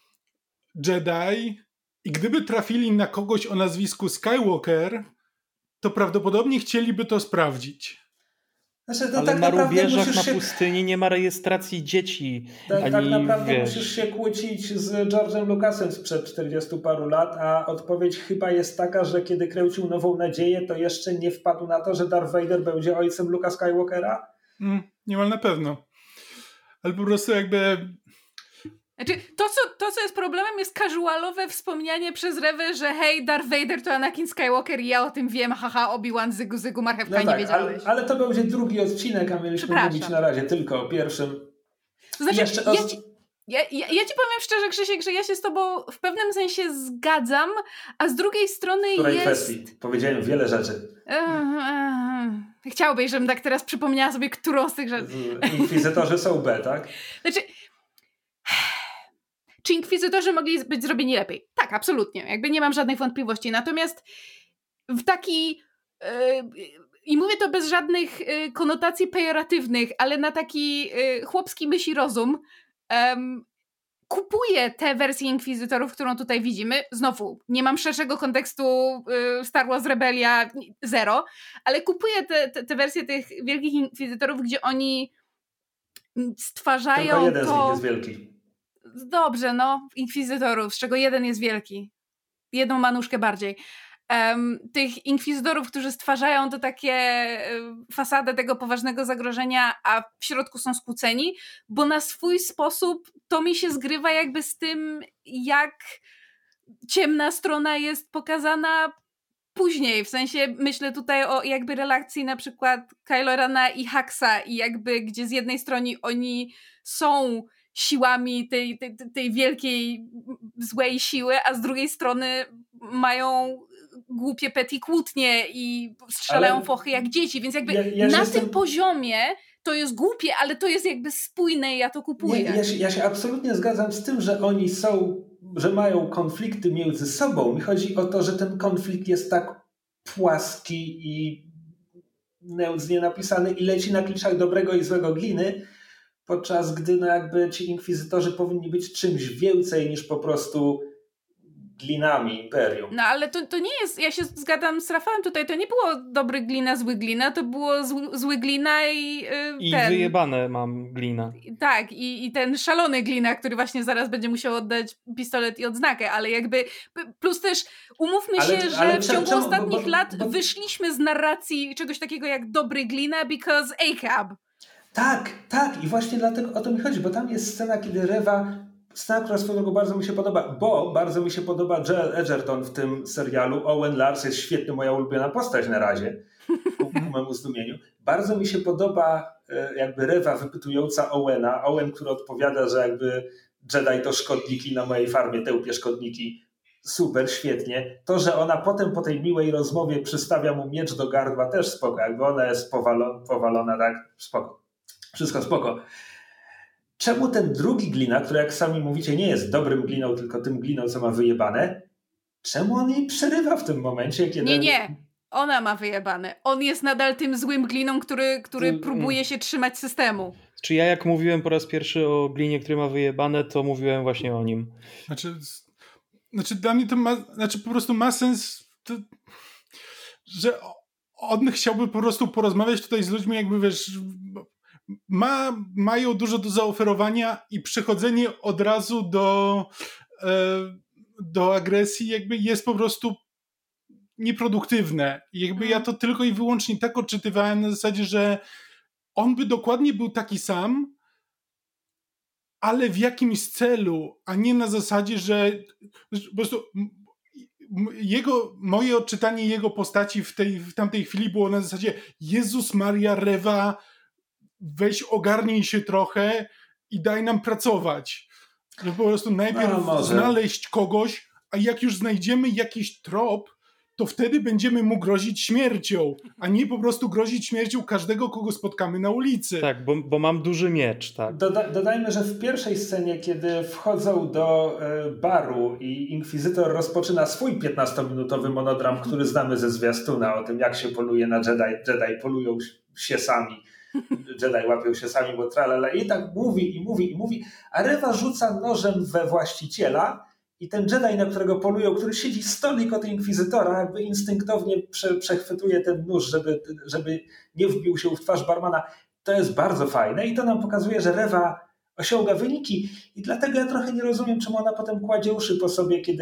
Jedi i gdyby trafili na kogoś o nazwisku Skywalker, to prawdopodobnie chcieliby to sprawdzić. Znaczy, ale tak na rubieżach na pustyni nie ma rejestracji dzieci. Tak naprawdę musisz się kłócić z George'em Lucasem sprzed 40 paru lat, a odpowiedź chyba jest taka, że kiedy kręcił Nową Nadzieję, to jeszcze nie wpadł na to, że Darth Vader będzie ojcem Luke'a Skywalkera? Niemal na pewno. Ale po prostu jakby... Znaczy, to, co jest problemem, jest casualowe wspomnianie przez Rewę, że hej, Darth Vader to Anakin Skywalker i ja o tym wiem, haha, Obi-Wan, zygu, marchewka, nie wiedziałeś. Ale to będzie drugi odcinek, a mieliśmy mówić na razie tylko o pierwszym. To znaczy, ja ci powiem szczerze, Krzysiek, że ja się z tobą w pewnym sensie zgadzam, a z drugiej strony w której kwestii? Powiedziałem wiele rzeczy. Chciałbyś, żebym tak teraz przypomniała sobie, którą z tych rzeczy... Inkwizytorzy są B, tak? Znaczy... Czy inkwizytorzy mogli być zrobieni lepiej? Tak, absolutnie. Jakby nie mam żadnych wątpliwości. Natomiast w taki... I mówię to bez żadnych konotacji pejoratywnych, ale na taki chłopski myśli rozum kupuję tę wersję inkwizytorów, którą tutaj widzimy. Znowu, nie mam szerszego kontekstu Star Wars Rebellia 0, ale kupuję tę wersję tych wielkich inkwizytorów, gdzie oni stwarzają tylko jeden z nich jest wielki. Dobrze, no, inkwizytorów, z czego jeden jest wielki. Jedną manuszkę bardziej. Tych inkwizytorów, którzy stwarzają to takie fasadę tego poważnego zagrożenia, a w środku są skłóceni, bo na swój sposób to mi się zgrywa jakby z tym, jak ciemna strona jest pokazana później. W sensie myślę tutaj o jakby relacji na przykład Kylo Rena i Huxa i jakby gdzie z jednej strony oni są siłami tej wielkiej złej siły, a z drugiej strony mają głupie petty kłótnie i strzelają fochy jak dzieci, więc jakby na tym poziomie to jest głupie, ale to jest jakby spójne i ja to kupuję. Ja się absolutnie zgadzam z tym, że oni że mają konflikty między sobą. Mi chodzi o to, że ten konflikt jest tak płaski i nędznie napisany i leci na kliszach dobrego i złego gliny, podczas gdy no jakby ci inkwizytorzy powinni być czymś więcej niż po prostu glinami imperium. No ale to nie jest, ja się zgadzam z Rafałem tutaj, to nie było dobry glina, zły glina, to było zły glina i ten... wyjebane mam glina. Tak, i ten szalony glina, który właśnie zaraz będzie musiał oddać pistolet i odznakę, ale jakby, plus też umówmy się, że w ciągu ostatnich lat wyszliśmy z narracji czegoś takiego jak dobry glina because ACAB. Tak, i właśnie dlatego o to mi chodzi, bo tam jest scena, kiedy scena, która swoją drogą bardzo mi się podoba, bo bardzo mi się podoba Joel Edgerton w tym serialu. Owen Lars jest świetny, moja ulubiona postać na razie, ku memu zdumieniu. Bardzo mi się podoba jakby Rewa wypytująca Owena. Owen, który odpowiada, że jakby Jedi to szkodniki na mojej farmie, tełpie szkodniki. Super, świetnie. To, że ona potem po tej miłej rozmowie przystawia mu miecz do gardła, też spoko. Jakby ona jest powalona, tak? Spoko. Wszystko spoko. Czemu ten drugi glina, który jak sami mówicie nie jest dobrym gliną, tylko tym gliną, co ma wyjebane, czemu on jej przerywa w tym momencie, kiedy... Nie. Ona ma wyjebane. On jest nadal tym złym gliną, który próbuje się trzymać systemu. Czy ja jak mówiłem po raz pierwszy o glinie, który ma wyjebane, to mówiłem właśnie o nim. Znaczy dla mnie to po prostu ma sens, że on chciałby po prostu porozmawiać tutaj z ludźmi, jakby wiesz... Mają dużo do zaoferowania i przechodzenie od razu do agresji jakby jest po prostu nieproduktywne. Jakby ja to tylko i wyłącznie tak odczytywałem na zasadzie, że on by dokładnie był taki sam, ale w jakimś celu, a nie na zasadzie, że po prostu moje odczytanie jego postaci w tamtej chwili było na zasadzie Jezus Maria, Rewa, weź ogarnij się trochę i daj nam pracować. Że po prostu najpierw znaleźć kogoś, a jak już znajdziemy jakiś trop, to wtedy będziemy mu grozić śmiercią, a nie po prostu grozić śmiercią każdego, kogo spotkamy na ulicy. Tak, bo mam duży miecz. Tak. Dodajmy, że w pierwszej scenie, kiedy wchodzą do baru i inkwizytor rozpoczyna swój 15-minutowy monodram, który znamy ze zwiastuna o tym, jak się poluje na Jedi polują się sami. Jedi łapią się sami, bo tralala. I tak mówi, a Rewa rzuca nożem we właściciela i ten Jedi, na którego polują, który siedzi stolik od inkwizytora, jakby instynktownie przechwytuje ten nóż, żeby nie wbił się w twarz barmana. To jest bardzo fajne i to nam pokazuje, że Rewa osiąga wyniki i dlatego ja trochę nie rozumiem, czemu ona potem kładzie uszy po sobie, kiedy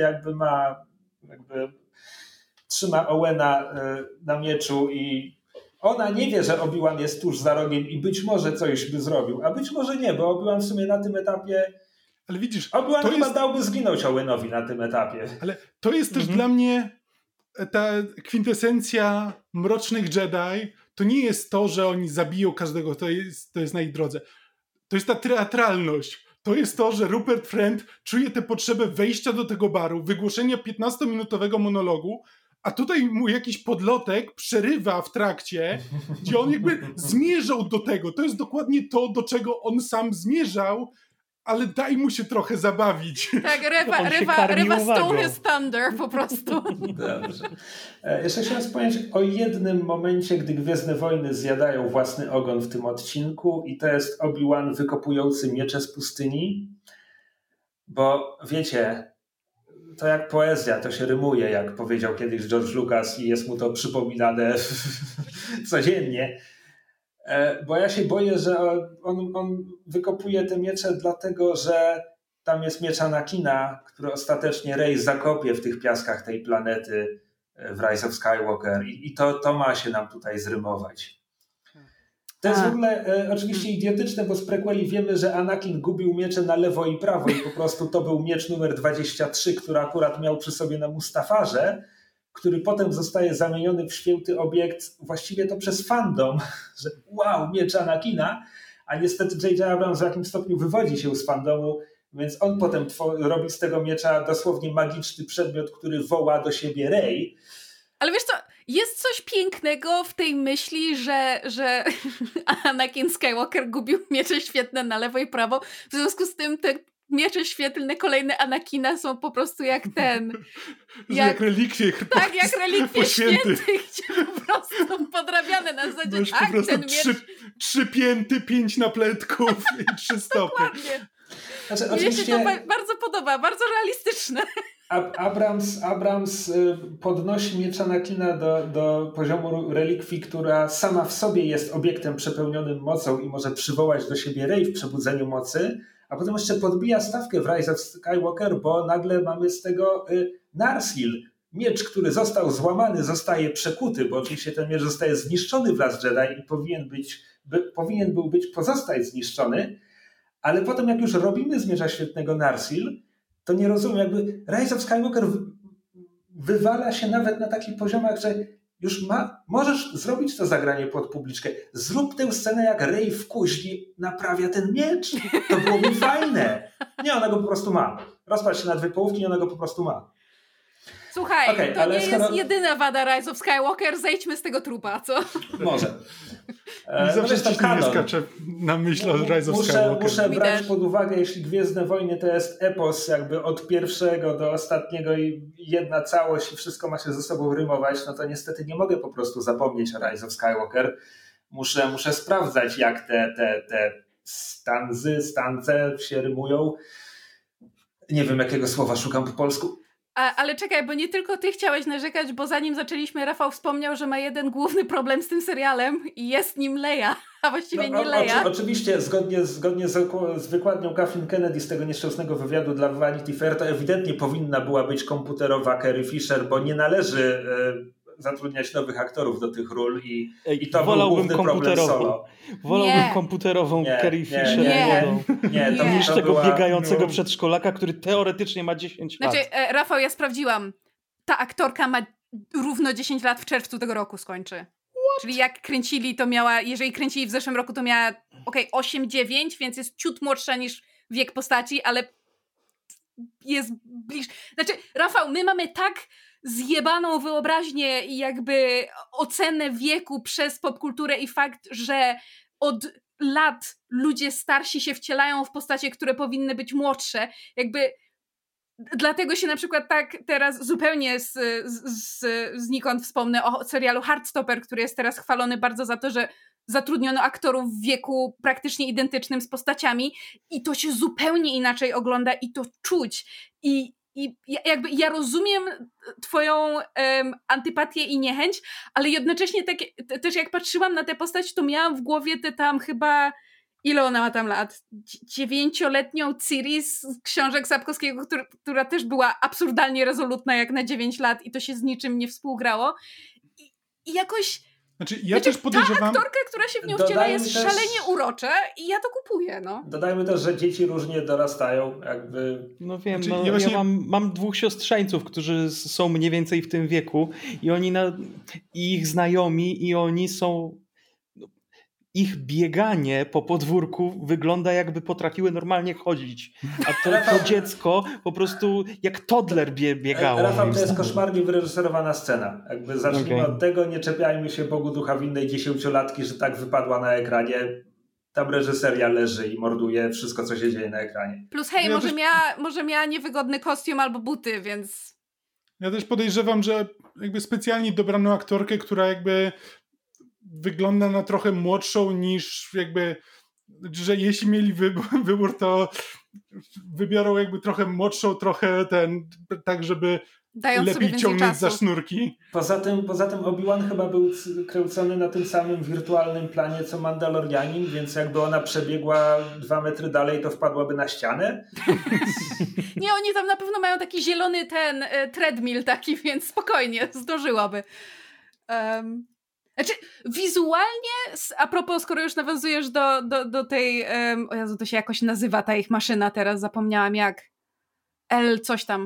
trzyma Owena na mieczu i ona nie wie, że Obi-Wan jest tuż za rogiem i być może coś by zrobił, a być może nie, bo Obi-Wan w sumie na tym etapie... Ale widzisz... Obi-Wan chyba dałby zginąć Owenowi na tym etapie. Ale to jest też dla mnie ta kwintesencja Mrocznych Jedi. To nie jest to, że oni zabiją każdego, to jest na ich drodze. To jest ta teatralność. To jest to, że Rupert Friend czuje tę potrzebę wejścia do tego baru, wygłoszenia 15-minutowego monologu, a tutaj mu jakiś podlotek przerywa w trakcie, gdzie on jakby zmierzał do tego. To jest dokładnie to, do czego on sam zmierzał, ale daj mu się trochę zabawić. Tak, Rewa stole his thunder po prostu. Dobrze. Jeszcze chciałem wspomnieć o jednym momencie, gdy Gwiezdne Wojny zjadają własny ogon w tym odcinku i to jest Obi-Wan wykopujący miecze z pustyni, bo wiecie... To jak poezja, to się rymuje, jak powiedział kiedyś George Lucas i jest mu to przypominane codziennie. Bo ja się boję, że on wykopuje te miecze dlatego, że tam jest miecz Anakina, który ostatecznie Rey zakopie w tych piaskach tej planety w Rise of Skywalker i to ma się nam tutaj zrymować. To jest w ogóle oczywiście idiotyczne, bo z prequeli wiemy, że Anakin gubił miecze na lewo i prawo i po prostu to był miecz numer 23, który akurat miał przy sobie na Mustafarze, który potem zostaje zamieniony w święty obiekt właściwie to przez fandom, że wow, miecz Anakina, a niestety J.J. Abrams w jakimś stopniu wywodzi się z fandomu, więc on potem robi z tego miecza dosłownie magiczny przedmiot, który woła do siebie Rey. Ale wiesz co, jest coś pięknego w tej myśli, że Anakin Skywalker gubił miecze świetne na lewo i prawo, w związku z tym te miecze świetlne kolejne Anakina są po prostu jak ten... Jak relikwie. Tak, jak relikwie świętych, gdzie po prostu podrabiane na zasadzie, Masz po prostu ten miecz... 3 pięty, 5 napletków i 3 stopy. Dokładnie. Znaczy, Mnie się to bardzo podoba, bardzo realistyczne. Abrams podnosi miecz Anakina do poziomu relikwii, która sama w sobie jest obiektem przepełnionym mocą i może przywołać do siebie Rey w przebudzeniu mocy, a potem jeszcze podbija stawkę w Rise of Skywalker, bo nagle mamy z tego Narsil. Miecz, który został złamany, zostaje przekuty, bo oczywiście ten miecz zostaje zniszczony w Last Jedi i powinien był pozostać zniszczony, ale potem jak już robimy z miecza świetnego Narsil, to nie rozumiem, jakby Rise of Skywalker wywala się nawet na takich poziomach, że już możesz zrobić to zagranie pod publiczkę. Zrób tę scenę, jak Rey w kuźni naprawia ten miecz. To byłoby fajne. Nie, ona go po prostu ma. Rozpal się na 2 połówki i ona go po prostu ma. Słuchaj, to nie jest jedyna wada Rise of Skywalker, zejdźmy z tego trupa, co? Może. Zawsze coś nie skacze na myśl o Rise of Skywalker. Muszę brać pod uwagę, jeśli Gwiezdne Wojny to jest epos jakby od pierwszego do ostatniego i jedna całość i wszystko ma się ze sobą rymować, no to niestety nie mogę po prostu zapomnieć o Rise of Skywalker. Muszę sprawdzać, jak te stance się rymują. Nie wiem, jakiego słowa szukam po polsku. Ale czekaj, bo nie tylko ty chciałeś narzekać, bo zanim zaczęliśmy, Rafał wspomniał, że ma jeden główny problem z tym serialem i jest nim Leia, a właściwie nie Leia. Oczywiście, zgodnie z wykładnią Kathleen Kennedy z tego nieszczęsnego wywiadu dla Vanity Fair, to ewidentnie powinna była być komputerowa Carrie Fisher, bo nie należy zatrudniać nowych aktorów do tych ról i to był główny problem solo. Wolałbym komputerową Carrie Fisher niż tego biegającego przedszkolaka, który teoretycznie ma 10 lat. Znaczy, Rafał, ja sprawdziłam. Ta aktorka ma równo 10 lat w czerwcu tego roku skończy. What? Czyli jak kręcili, to miała, jeżeli kręcili w zeszłym roku, to miała 8-9, więc jest ciut młodsza niż wiek postaci, ale jest bliżej. Znaczy, Rafał, my mamy tak zjebaną wyobraźnię i jakby ocenę wieku przez popkulturę i fakt, że od lat ludzie starsi się wcielają w postacie, które powinny być młodsze. Jakby dlatego się na przykład tak teraz zupełnie znikąd wspomnę o serialu Heartstopper, który jest teraz chwalony bardzo za to, że zatrudniono aktorów w wieku praktycznie identycznym z postaciami i to się zupełnie inaczej ogląda i to czuć. I jakby ja rozumiem twoją antypatię i niechęć, ale jednocześnie też jak patrzyłam na tę postać, to miałam w głowie te tam chyba, ile ona ma tam lat? 9-letnią Ciri z książek Sapkowskiego, która też była absurdalnie rezolutna jak na 9 lat i to się z niczym nie współgrało. I jakoś też podejrzewam... Ta aktorka, która się w nią wciela, jest szalenie urocza i ja to kupuję, no. Dodajmy też, że dzieci różnie dorastają, jakby... No wiem, ja mam 2 siostrzeńców, którzy są mniej więcej w tym wieku i oni i ich znajomi i oni są... Ich bieganie po podwórku wygląda, jakby potrafiły normalnie chodzić. A to dziecko po prostu jak toddler biegało. Rafał, to jest koszmarnie wyreżyserowana scena. Jakby zacznijmy od tego, nie czepiajmy się Bogu ducha winnej 10-latki, że tak wypadła na ekranie. Tam reżyseria leży i morduje wszystko, co się dzieje na ekranie. Plus może miała niewygodny kostium albo buty, więc... Ja też podejrzewam, że jakby specjalnie dobrano aktorkę, która jakby wygląda na trochę młodszą niż jakby, że jeśli mieli wybór, to wybiorą jakby trochę młodszą, trochę tak, żeby lepiej ciągnąć za sznurki. Poza tym Obi-Wan chyba był kręcony na tym samym wirtualnym planie co Mandalorianin, więc jakby ona przebiegła 2 metry dalej, to wpadłaby na ścianę. Nie, oni tam na pewno mają taki zielony treadmill taki, więc spokojnie, zdążyłaby. Znaczy, wizualnie, a propos, skoro już nawiązujesz do tej, o Jezu, to się jakoś nazywa ta ich maszyna teraz, zapomniałam jak, coś tam.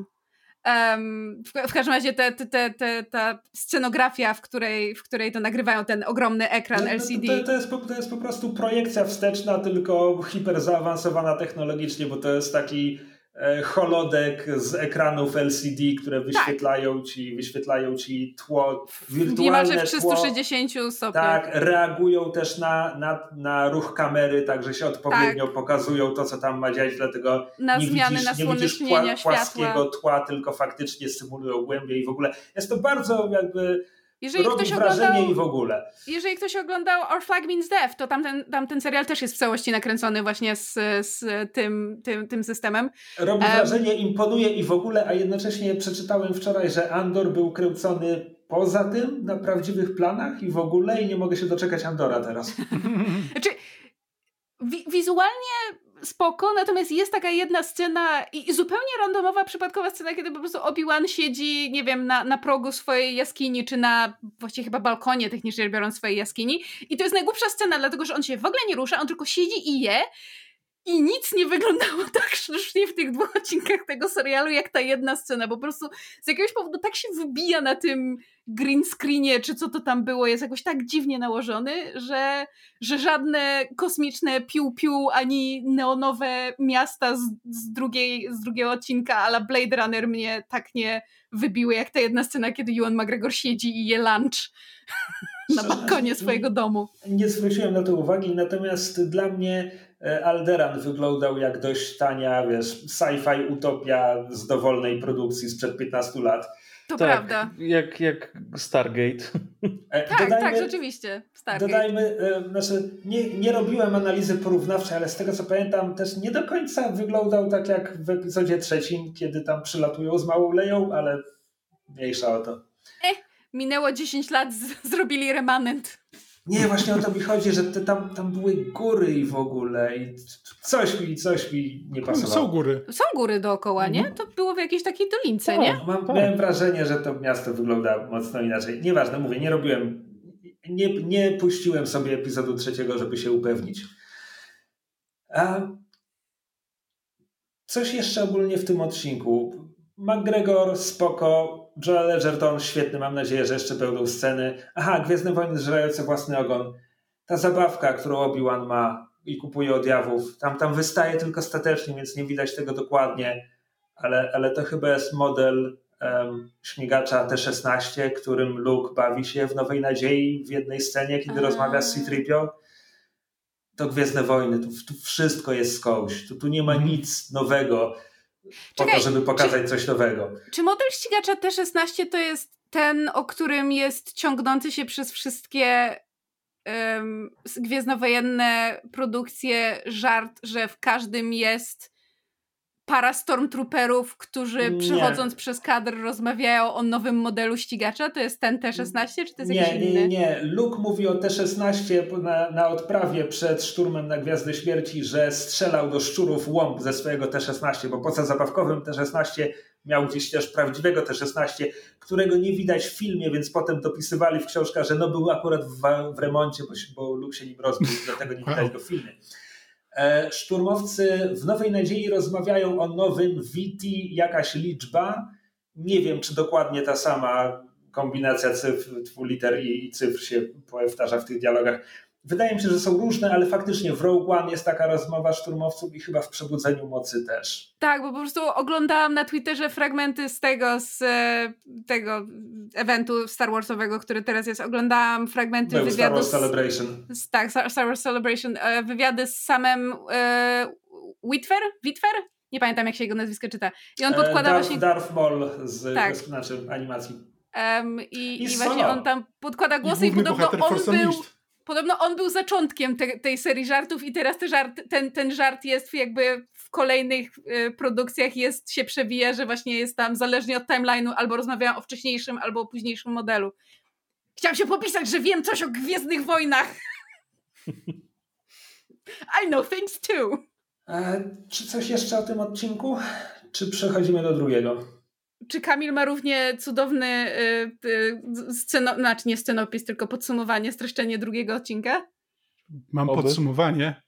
W każdym razie ta scenografia, w której to nagrywają, ten ogromny ekran LCD. To jest po prostu projekcja wsteczna, tylko hiper zaawansowana technologicznie, bo to jest taki holodek z ekranów LCD, które wyświetlają ci tło, wirtualne niemalże w tło. 360 stopniach. Tak, reagują też na ruch kamery, tak, że się odpowiednio pokazują to, co tam ma dziać, dlatego na nie zmiany widzisz nasłonecznienia płaskiego tła, tylko faktycznie symulują głębiej i w ogóle. Jest to bardzo jakby robi wrażenie i w ogóle. Jeżeli ktoś oglądał Our Flag Means Death, to tamten serial też jest w całości nakręcony właśnie z tym systemem. Robi wrażenie, imponuje i w ogóle, a jednocześnie przeczytałem wczoraj, że Andor był kręcony poza tym, na prawdziwych planach i w ogóle i nie mogę się doczekać Andora teraz. Znaczy, wizualnie spoko, natomiast jest taka jedna scena i zupełnie randomowa, przypadkowa scena, kiedy po prostu Obi-Wan siedzi, nie wiem, na progu swojej jaskini, czy na właściwie chyba balkonie, technicznie rzecz biorąc, swojej jaskini. I to jest najgłupsza scena, dlatego że on się w ogóle nie rusza, on tylko siedzi i je. I nic nie wyglądało tak sztucznie w tych 2 odcinkach tego serialu, jak ta jedna scena. Po prostu z jakiegoś powodu tak się wybija na tym green screenie, czy co to tam było, jest jakoś tak dziwnie nałożony, że żadne kosmiczne piu-piu, ani neonowe miasta z drugiego odcinka a la Blade Runner mnie tak nie wybiły, jak ta jedna scena, kiedy Ewan McGregor siedzi i je lunch na balkonie swojego domu. Nie zwróciłem na to uwagi, natomiast dla mnie Alderaan wyglądał jak dość tania, sci-fi utopia z dowolnej produkcji sprzed 15 lat. To prawda. Jak Stargate. Tak, rzeczywiście. Stargate. Dodajmy, nie robiłem analizy porównawczej, ale z tego co pamiętam też nie do końca wyglądał tak jak w epizodzie 3, kiedy tam przylatują z małą Leją, ale mniejsza o to. Minęło 10 lat, zrobili remanent. Nie, właśnie o to mi chodzi, że tam były góry i w ogóle i coś mi nie pasowało. Są góry. Są góry dookoła, nie? To było w jakiejś takiej dolince, nie? Miałem wrażenie, że to miasto wygląda mocno inaczej. Nieważne, mówię, nie robiłem, nie puściłem sobie epizodu 3, żeby się upewnić. A coś jeszcze ogólnie w tym odcinku. McGregor spoko, Joel Edgerton świetny, mam nadzieję, że jeszcze będą sceny. Aha, Gwiezdne Wojny zżerające własny ogon. Ta zabawka, którą Obi-Wan ma i kupuje od jawów, tam wystaje tylko statecznie, więc nie widać tego dokładnie, ale to chyba jest model śmigacza T-16, którym Luke bawi się w Nowej Nadziei w jednej scenie, kiedy rozmawia z C-3PO. To Gwiezdne Wojny, tu wszystko jest skądś, tu nie ma nic nowego. Po to, żeby pokazać coś nowego. Czy model ścigacza T-16 to jest ten, o którym jest ciągnący się przez wszystkie gwiezdnowojenne produkcje żart, że w każdym jest para stormtrooperów, którzy przechodząc przez kadr rozmawiają o nowym modelu ścigacza? To jest ten T-16, czy to jest jakiś inny? Nie. Luke mówi o T-16 na odprawie przed szturmem na Gwiazdę Śmierci, że strzelał do szczurów łomb ze swojego T-16, bo poza zabawkowym T-16 miał gdzieś też prawdziwego T-16, którego nie widać w filmie, więc potem dopisywali w książkach, że był akurat w remoncie, bo Luke się nim rozbił, dlatego nie widać go w filmie. Szturmowcy w Nowej Nadziei rozmawiają o nowym VT, jakaś liczba. Nie wiem, czy dokładnie ta sama kombinacja cyfr, liter i cyfr się powtarza w tych dialogach. Wydaje mi się, że są różne, ale faktycznie w Rogue One jest taka rozmowa szturmowców i chyba w Przebudzeniu Mocy też. Tak, bo po prostu oglądałam na Twitterze fragmenty z tego eventu Star Warsowego, który teraz jest. Oglądałam fragmenty wywiadu Star Wars Celebration. Tak, Star Wars Celebration. Wywiady z samym Witwer? Nie pamiętam, jak się jego nazwisko czyta. I on podkłada właśnie... Darth Maul z animacji. I właśnie on tam podkłada głosy i podobno on był zaczątkiem tej serii żartów i teraz ten żart jest jakby w kolejnych produkcjach się przewija, że właśnie jest tam zależnie od timeline'u albo rozmawiałam o wcześniejszym albo o późniejszym modelu. Chciałam się popisać, że wiem coś o Gwiezdnych Wojnach. I know things too. Czy coś jeszcze o tym odcinku? Czy przechodzimy do drugiego? Czy Kamil ma równie cudowny nie scenopis, tylko podsumowanie, streszczenie drugiego odcinka? Mam podsumowanie.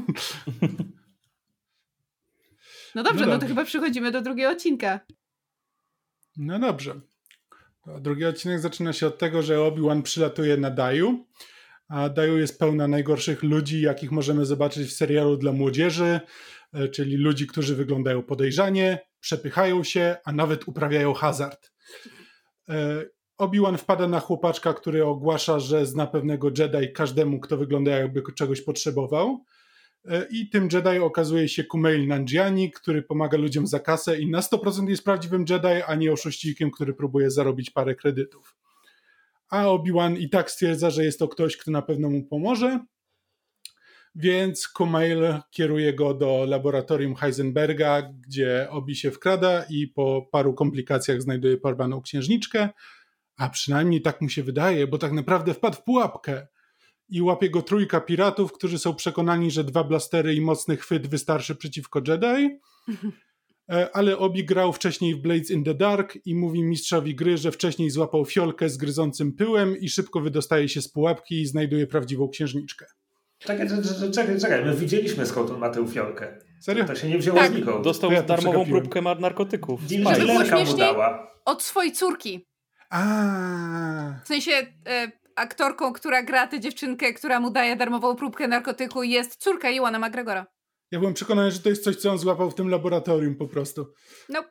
No dobrze, to chyba przechodzimy do drugiego odcinka. No dobrze. Drugi odcinek zaczyna się od tego, że Obi-Wan przylatuje na Daju, a Daju jest pełna najgorszych ludzi, jakich możemy zobaczyć w serialu dla młodzieży. czyli ludzi, którzy wyglądają podejrzanie, przepychają się, a nawet uprawiają hazard. Obi-Wan wpada na chłopaczka, który ogłasza, że zna pewnego Jedi każdemu, kto wygląda jakby czegoś potrzebował. I tym Jedi okazuje się Kumail Nanjiani, który pomaga ludziom za kasę i na 100% jest prawdziwym Jedi, a nie oszuścikiem, który próbuje zarobić parę kredytów. A Obi-Wan i tak stwierdza, że jest to ktoś, kto na pewno mu pomoże, więc Kumail kieruje go do laboratorium Heisenberga, gdzie Obi się wkrada i po paru komplikacjach znajduje porwaną księżniczkę, a przynajmniej tak mu się wydaje, bo tak naprawdę wpadł w pułapkę i łapie go trójka piratów, którzy są przekonani, że 2 blastery i mocny chwyt wystarczy przeciwko Jedi, ale Obi grał wcześniej w Blades in the Dark i mówi mistrzowi gry, że wcześniej złapał fiolkę z gryzącym pyłem i szybko wydostaje się z pułapki i znajduje prawdziwą księżniczkę. Czekaj, my widzieliśmy, skąd on ma tę fiolkę. Serio? To się nie wzięło Tak. znikąd. Dostał Ja to darmową przegapiłem. próbkę narkotyków. Deal Spice. było dealerka mu śmieszniej? dała. Od swojej córki. W sensie aktorką, która gra tę dziewczynkę, która mu daje darmową próbkę narkotyku, jest córka Ewana McGregora. Ja byłem przekonany, że to jest coś, co on złapał w tym laboratorium po prostu. Nope.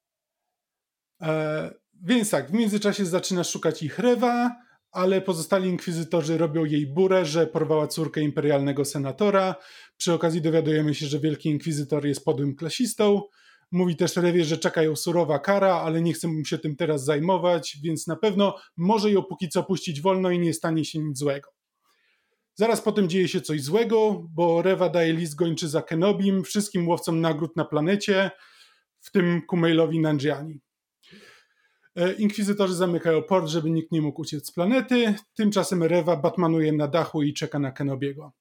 Więc tak, w międzyczasie zaczyna szukać ich Rewa, ale pozostali inkwizytorzy robią jej burę, że porwała córkę imperialnego senatora. Przy okazji dowiadujemy się, że wielki inkwizytor jest podłym klasistą. Mówi też Rewie, że czeka ją surowa kara, ale nie chce mu się tym teraz zajmować, więc na pewno może ją póki co puścić wolno i nie stanie się nic złego. Zaraz potem dzieje się coś złego, bo Rewa daje list gończy za Kenobim wszystkim łowcom nagród na planecie, w tym Kumailowi Nanjiani. Inkwizytorzy zamykają port, żeby nikt nie mógł uciec z planety. Tymczasem Rewa batmanuje na dachu i czeka na Kenobiego.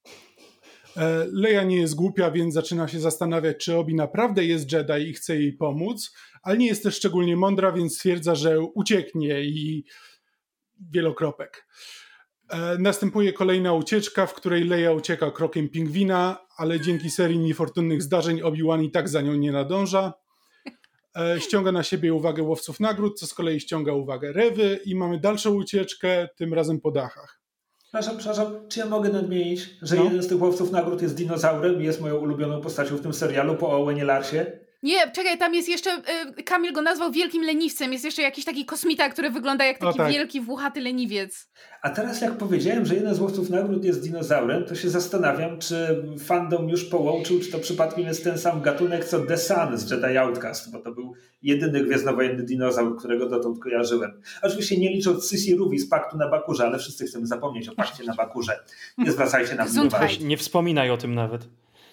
Leia nie jest głupia, więc zaczyna się zastanawiać, czy Obi naprawdę jest Jedi i chce jej pomóc, ale nie jest też szczególnie mądra, więc stwierdza, że ucieknie i wielokropek. Następuje kolejna ucieczka, w której Leia ucieka krokiem pingwina, ale dzięki serii niefortunnych zdarzeń Obi-Wan i tak za nią nie nadąża. Ściąga na siebie uwagę łowców nagród, co z kolei ściąga uwagę Rewy i mamy dalszą ucieczkę, tym razem po dachach. Przepraszam, czy ja mogę nadmienić, że No. jeden z tych łowców nagród jest dinozaurem i jest moją ulubioną postacią w tym serialu po Owenie Larsie? Nie, czekaj, tam jest jeszcze, Kamil go nazwał wielkim leniwcem, jest jeszcze jakiś taki kosmita, który wygląda jak taki tak. wielki, włochaty leniwiec. A teraz jak powiedziałem, że jeden z łowców nagród jest dinozaurem, to się zastanawiam, czy fandom już połączył, czy to przypadkiem jest ten sam gatunek, co The Sun z Jedi Outcast, bo to był jedyny gwiezdnowojenny dinozaur, którego dotąd kojarzyłem. Oczywiście nie licząc Sisi Ruvi z Paktu na Bakurze, ale wszyscy chcemy zapomnieć o Pakcie na Bakurze. Nie zwracajcie na mnie Gesundheit. uwagi. Nie wspominaj o tym nawet.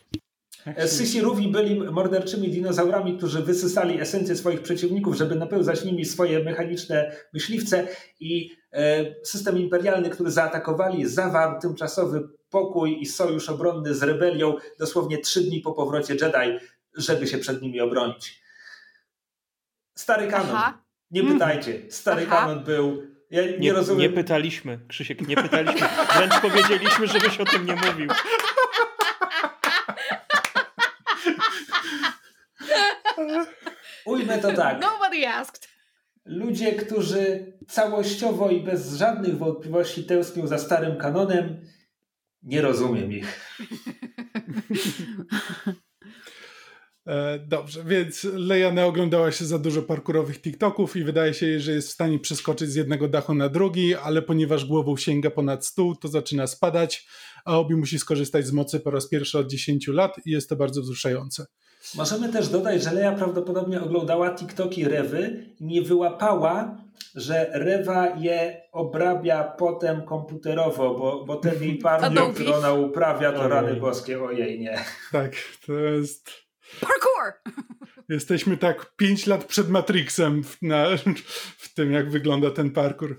Sisi Ruvi byli morderczymi dinozaurami, którzy wysysali esencję swoich przeciwników, żeby napełzać nimi swoje mechaniczne myśliwce i system imperialny, który zaatakowali, zawarł tymczasowy pokój i sojusz obronny z rebelią dosłownie 3 dni po powrocie Jedi, żeby się przed nimi obronić. Stary kanon. Aha. Nie pytajcie. Stary Aha. kanon był... Ja nie rozumiem. Nie pytaliśmy, Krzysiek, nie pytaliśmy. Wręcz powiedzieliśmy, żebyś o tym nie mówił. Ujmę to tak. Nobody asked. Ludzie, którzy całościowo i bez żadnych wątpliwości tęsknią za starym kanonem, nie rozumiem ich. Dobrze, więc Leia naoglądała się za dużo parkurowych TikToków i wydaje się, że jest w stanie przeskoczyć z jednego dachu na drugi, ale ponieważ głową sięga ponad stół, to zaczyna spadać, a Obi musi skorzystać z mocy po raz pierwszy od 10 lat i jest to bardzo wzruszające. Możemy też dodać, że Leia prawdopodobnie oglądała TikToki Rewy i nie wyłapała, że Rewa je obrabia potem komputerowo, bo ten jej parniuk, Adobe. który ona uprawia, to Ojej. rany boskie, ojej nie. Tak, to jest... Parkour! Jesteśmy tak 5 lat przed Matrixem w tym, jak wygląda ten parkour.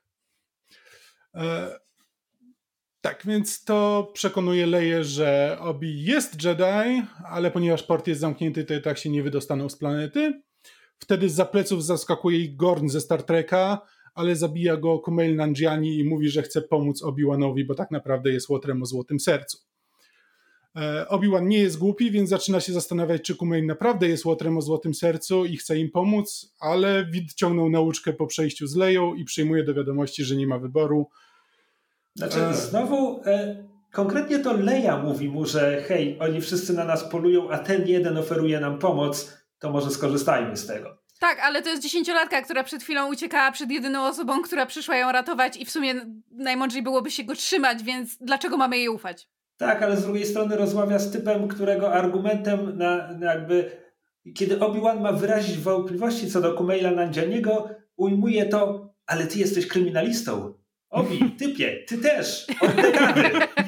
Tak, więc to przekonuje Leię, że Obi jest Jedi, ale ponieważ port jest zamknięty, to i tak się nie wydostaną z planety. Wtedy zza pleców zaskakuje ich Gorn ze Star Treka, ale zabija go Kumail Nanjiani i mówi, że chce pomóc Obi-Wanowi, bo tak naprawdę jest łotrem o złotym sercu. Obi-Wan nie jest głupi, więc zaczyna się zastanawiać, czy Kumail naprawdę jest łotrem o złotym sercu i chce im pomóc, ale Wid ciągnął nauczkę po przejściu z Leią i przyjmuje do wiadomości, że nie ma wyboru. Znaczy znowu konkretnie to Leia mówi mu, że hej, oni wszyscy na nas polują, a ten jeden oferuje nam pomoc, to może skorzystajmy z tego. Tak, ale to jest 10-latka, która przed chwilą uciekała przed jedyną osobą, która przyszła ją ratować i w sumie najmądrzej byłoby się go trzymać, więc dlaczego mamy jej ufać? Tak, ale z drugiej strony rozmawia z typem, którego argumentem jakby, kiedy Obi-Wan ma wyrazić wątpliwości co do Kumaila Nanjianiego, ujmuje to, ale ty jesteś kryminalistą. Obi, typie, ty też, od dekady.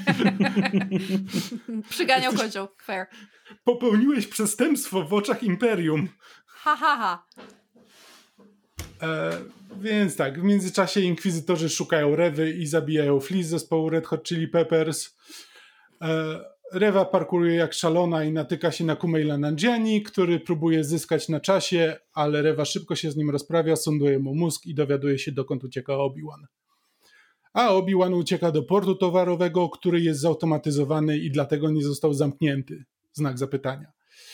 Przyganiał kocioł, fair. Popełniłeś przestępstwo w oczach Imperium. Ha, ha, ha. Więc tak, w międzyczasie inkwizytorzy szukają Rewy i zabijają Flea z zespołu Red Hot Chili Peppers. Rewa parkuruje jak szalona i natyka się na Kumaila Nanjiani, który próbuje zyskać na czasie, ale Rewa szybko się z nim rozprawia, sonduje mu mózg i dowiaduje się, dokąd ucieka Obi-Wan. A Obi-Wan ucieka do portu towarowego, który jest zautomatyzowany i dlatego nie został zamknięty. Znak zapytania.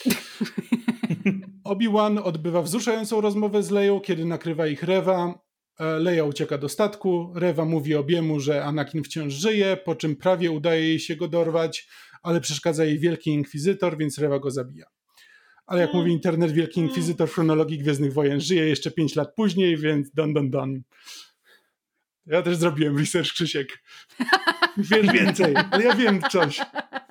Obi-Wan odbywa wzruszającą rozmowę z Leią, kiedy nakrywa ich Rewa. Leia ucieka do statku. Rewa mówi Obiemu, że Anakin wciąż żyje, po czym prawie udaje jej się go dorwać, ale przeszkadza jej Wielki Inkwizytor, więc Rewa go zabija. Ale jak mówi internet, Wielki Inkwizytor w chronologii Gwiezdnych Wojen żyje jeszcze 5 lat później, więc don. Ja też zrobiłem research, Krzysiek. Wiesz więcej, ale ja wiem coś.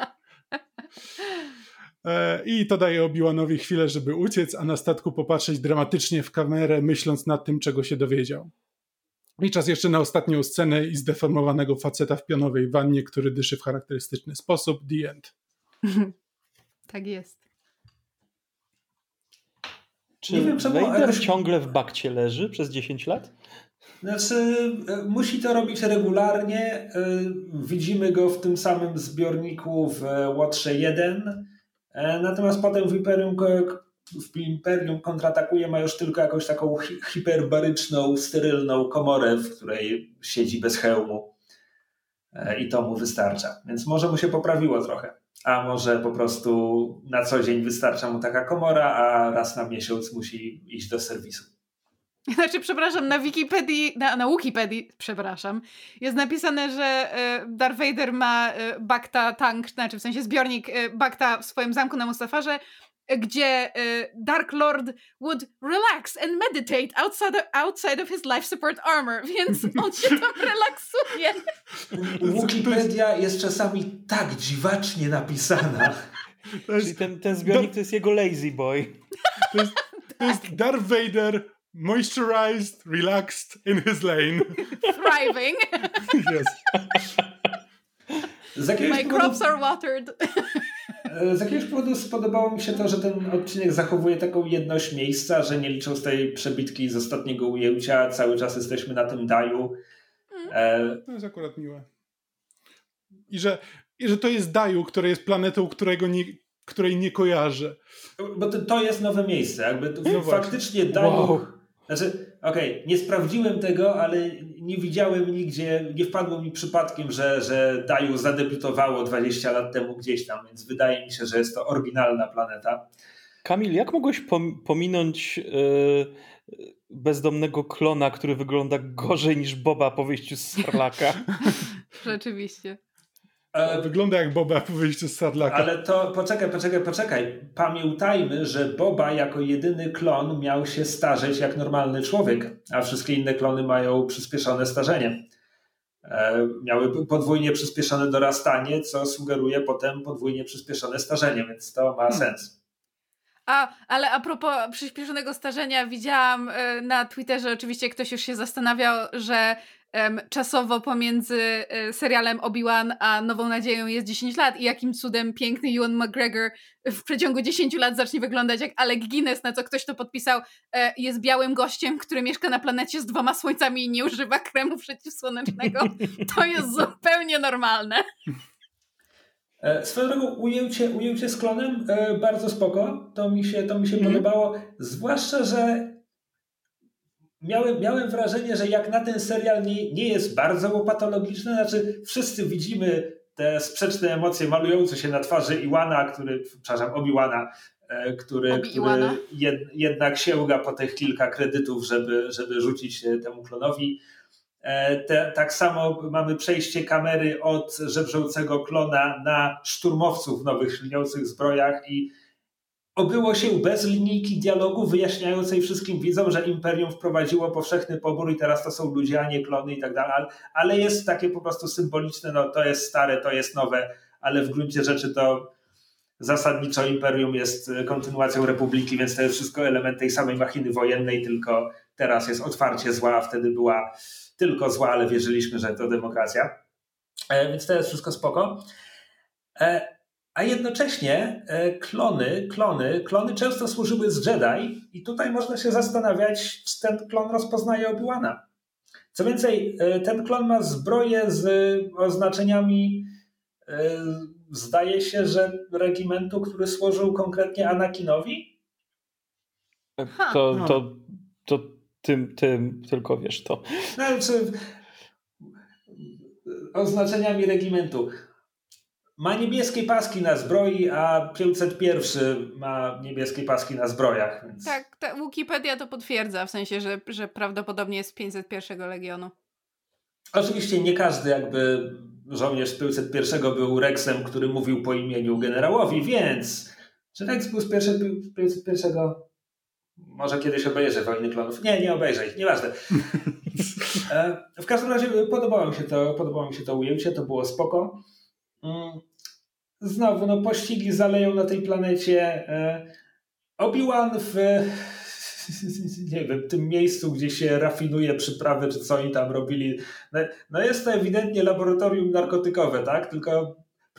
I to daje Obi-Wanowi chwilę, żeby uciec, a na statku popatrzeć dramatycznie w kamerę, myśląc nad tym, czego się dowiedział. I czas jeszcze na ostatnią scenę i zdeformowanego faceta w pionowej wannie, który dyszy w charakterystyczny sposób. The end. Tak jest. Czy Nie wiem, czemu Vader jakoś- ciągle w bakcie leży przez 10 lat? Znaczy, musi to robić regularnie. Widzimy go w tym samym zbiorniku w Łotrze 1. Natomiast potem w Imperium kontratakuje, ma już tylko jakąś taką hiperbaryczną, sterylną komorę, w której siedzi bez hełmu. I to mu wystarcza. Więc może mu się poprawiło trochę. A może po prostu na co dzień wystarcza mu taka komora, a raz na miesiąc musi iść do serwisu. Znaczy, przepraszam, na Wikipedii, na Wikipedii, przepraszam, jest napisane, że Darth Vader ma Bacta tank, znaczy w sensie zbiornik Bacta w swoim zamku na Mustafarze, gdzie Dark Lord would relax and meditate outside of his life support armor, więc on się tam relaksuje. Wikipedia jest czasami tak dziwacznie napisana. Czyli ten zbiornik to jest jego lazy boy. To jest Darth Vader moisturized, relaxed in his lane. Thriving. Yes. My crops are watered. Z jakiegoś powodu spodobało mi się to, że ten odcinek zachowuje taką jedność miejsca, że nie licząc tej przebitki z ostatniego ujęcia, cały czas jesteśmy na tym daju. To jest akurat miłe. I że to jest Daju, które jest planetą, której nie kojarzę. Bo to jest nowe miejsce. Jakby to No faktycznie Daju... Wow. Znaczy, nie sprawdziłem tego, ale nie widziałem nigdzie, nie wpadło mi przypadkiem, że Daju zadebiutowało 20 lat temu gdzieś tam, więc wydaje mi się, że jest to oryginalna planeta. Kamil, jak mogłeś pominąć bezdomnego klona, który wygląda gorzej niż Boba po wyjściu z Sarlaka? Rzeczywiście. Wygląda jak Boba po wyjściu z Sarlaka. Ale to poczekaj. Pamiętajmy, że Boba jako jedyny klon miał się starzeć jak normalny człowiek, a wszystkie inne klony mają przyspieszone starzenie. Miały podwójnie przyspieszone dorastanie, co sugeruje potem podwójnie przyspieszone starzenie, więc to ma sens. Ale a propos przyspieszonego starzenia, widziałam na Twitterze, oczywiście ktoś już się zastanawiał, że czasowo pomiędzy serialem Obi-Wan a Nową Nadzieją jest 10 lat i jakim cudem piękny Ewan McGregor w przeciągu 10 lat zacznie wyglądać jak Alec Guinness, na co ktoś to podpisał, jest białym gościem, który mieszka na planecie z 2 słońcami i nie używa kremu przeciwsłonecznego. To jest zupełnie normalne. Swoją drogą ujęcie z klonem bardzo spoko, to mi się podobało, zwłaszcza, że miałem wrażenie, że jak na ten serial nie jest bardzo łopatologiczny, znaczy wszyscy widzimy te sprzeczne emocje malujące się na twarzy Obi-Wana, który jednak sięga po tych kilka kredytów, żeby rzucić temu klonowi. Tak samo mamy przejście kamery od żebrzącego klona na szturmowców w nowych śliniących zbrojach i obyło się bez linijki dialogu wyjaśniającej wszystkim widzom, że Imperium wprowadziło powszechny pobór i teraz to są ludzie, a nie klony i tak dalej, ale jest takie po prostu symboliczne, no to jest stare, to jest nowe, ale w gruncie rzeczy to zasadniczo Imperium jest kontynuacją Republiki, więc to jest wszystko element tej samej machiny wojennej, tylko teraz jest otwarcie zła, a wtedy była tylko zła, ale wierzyliśmy, że to demokracja. Więc to jest wszystko spoko. A jednocześnie klony często służyły z Jedi i tutaj można się zastanawiać, czy ten klon rozpoznaje Obi-Wana. Co więcej, ten klon ma zbroję z oznaczeniami, zdaje się, że regimentu, który służył konkretnie Anakinowi. To tym tylko wiesz to. Znaczy, oznaczeniami regimentu. Ma niebieskie paski na zbroi, a 501 ma niebieskie paski na zbrojach. Więc... Tak, Wikipedia to potwierdza, w sensie, że prawdopodobnie jest 501 Legionu. Oczywiście nie każdy jakby żołnierz z 501 był Rexem, który mówił po imieniu generałowi, więc czy Rex był z 501? Może kiedyś obejrzę Wojny Klonów. Nie obejrzę ich, nieważne. W każdym razie podobało mi się to ujęcie, to było spoko. Znowu, pościgi zaleją na tej planecie. Obi-Wan w nie wiem, tym miejscu, gdzie się rafinuje przyprawy, czy co oni tam robili. No jest to ewidentnie laboratorium narkotykowe, tak? Tylko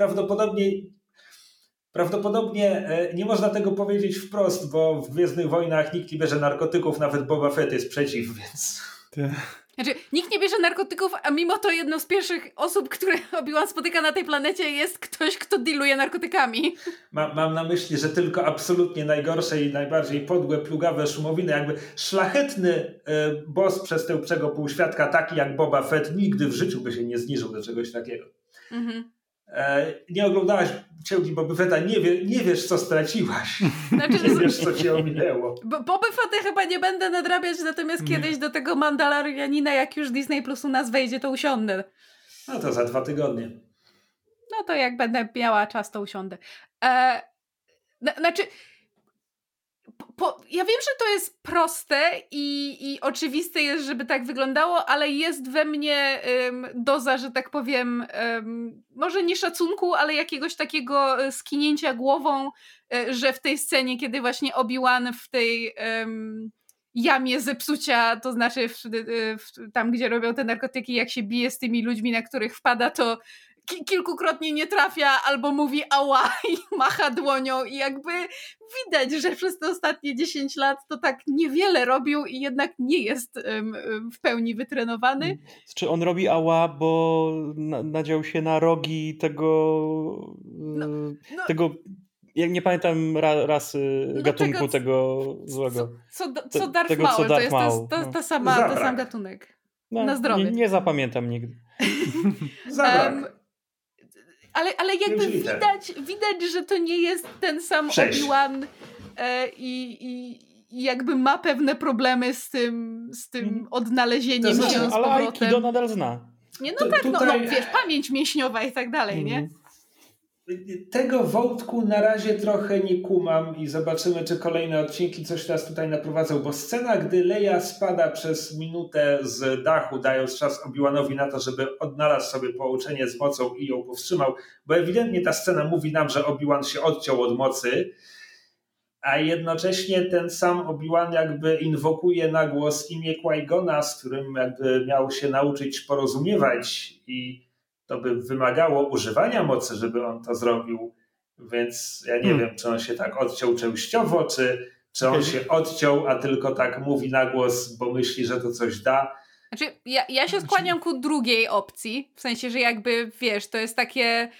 prawdopodobnie nie można tego powiedzieć wprost, bo w Gwiezdnych Wojnach nikt nie bierze narkotyków, nawet Boba Fett jest przeciw, więc... Znaczy, nikt nie bierze narkotyków, a mimo to jedną z pierwszych osób, które Obi-Wan spotyka na tej planecie, jest ktoś, kto dealuje narkotykami. Mam na myśli, że tylko absolutnie najgorsze i najbardziej podłe, plugawe szumowiny, jakby szlachetny boss przestępczego półświadka, taki jak Boba Fett, nigdy w życiu by się nie zniżył do czegoś takiego. Mhm. Nie oglądałaś Ciągi Boba Fetta, nie wiesz, co straciłaś. Znaczy, nie wiesz, co cię ominęło. Boba Fetta chyba nie będę nadrabiać, natomiast kiedyś do tego Mandalorianina, jak już Disney Plus u nas wejdzie, to usiądę. No to za 2 tygodnie. No to jak będę miała czas, to usiądę. Znaczy... ja wiem, że to jest proste i oczywiste jest, żeby tak wyglądało, ale jest we mnie doza, że tak powiem, może nie szacunku, ale jakiegoś takiego skinięcia głową, że w tej scenie, kiedy właśnie Obi-Wan w tej jamie zepsucia, to znaczy tam, gdzie robią te narkotyki, jak się bije z tymi ludźmi, na których wpada, to kilkukrotnie nie trafia albo mówi ała i macha dłonią i jakby widać, że przez te ostatnie 10 lat to tak niewiele robił i jednak nie jest w pełni wytrenowany. Czy on robi ała, bo nadział się na rogi tego jak nie pamiętam rasy, gatunku tego złego. Co Darth Maul, to jest ten sam gatunek. Na zdrowie. Nie zapamiętam nigdy. Ale jakby widać, że to nie jest ten sam Obi-Wan i jakby ma pewne problemy z tym odnalezieniem się z powrotem. Ale Aikido nadal zna. Nie, wiesz, pamięć mięśniowa i tak dalej, nie? Tego wątku na razie trochę nie kumam i zobaczymy, czy kolejne odcinki coś nas tutaj naprowadzą, bo scena, gdy Leia spada przez minutę z dachu, dając czas Obi-Wanowi na to, żeby odnalazł sobie połączenie z mocą i ją powstrzymał, bo ewidentnie ta scena mówi nam, że Obi-Wan się odciął od mocy, a jednocześnie ten sam Obi-Wan jakby inwokuje na głos imię Qui-Gona, z którym jakby miał się nauczyć porozumiewać i to by wymagało używania mocy, żeby on to zrobił, więc ja nie wiem, czy on się tak odciął częściowo, czy on się odciął, a tylko tak mówi na głos, bo myśli, że to coś da. Znaczy, ja się skłaniam ku drugiej opcji, w sensie, że jakby, wiesz, to jest takie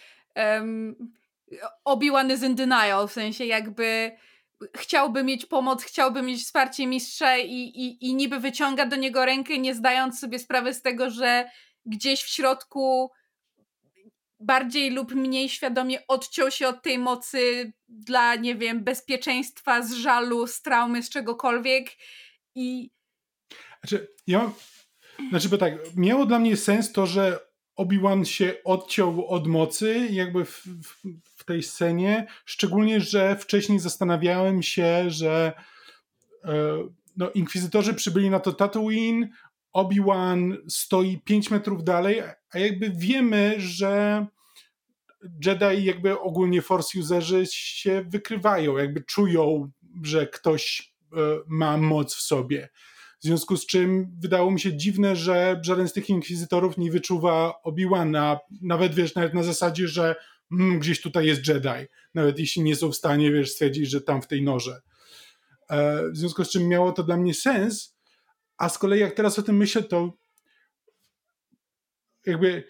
Obi-Wan is in denial, w sensie jakby chciałby mieć pomoc, chciałby mieć wsparcie mistrza i niby wyciąga do niego rękę, nie zdając sobie sprawy z tego, że gdzieś w środku bardziej lub mniej świadomie odciął się od tej mocy dla, nie wiem, bezpieczeństwa, z żalu, z traumy, z czegokolwiek. Znaczy, ja mam Znaczy, bo tak, miało dla mnie sens to, że Obi-Wan się odciął od mocy jakby w tej scenie, szczególnie, że wcześniej zastanawiałem się, że no, inkwizytorzy przybyli na to Tatooine, Obi-Wan stoi 5 metrów dalej, a jakby wiemy, że Jedi jakby ogólnie Force userzy się wykrywają, jakby czują, że ktoś ma moc w sobie. W związku z czym wydało mi się dziwne, że żaden z tych inkwizytorów nie wyczuwa Obi-Wana, nawet wiesz, nawet na zasadzie, że gdzieś tutaj jest Jedi, nawet jeśli nie są w stanie, wiesz, stwierdzić, że tam w tej norze. W związku z czym miało to dla mnie sens, a z kolei jak teraz o tym myślę, to jakby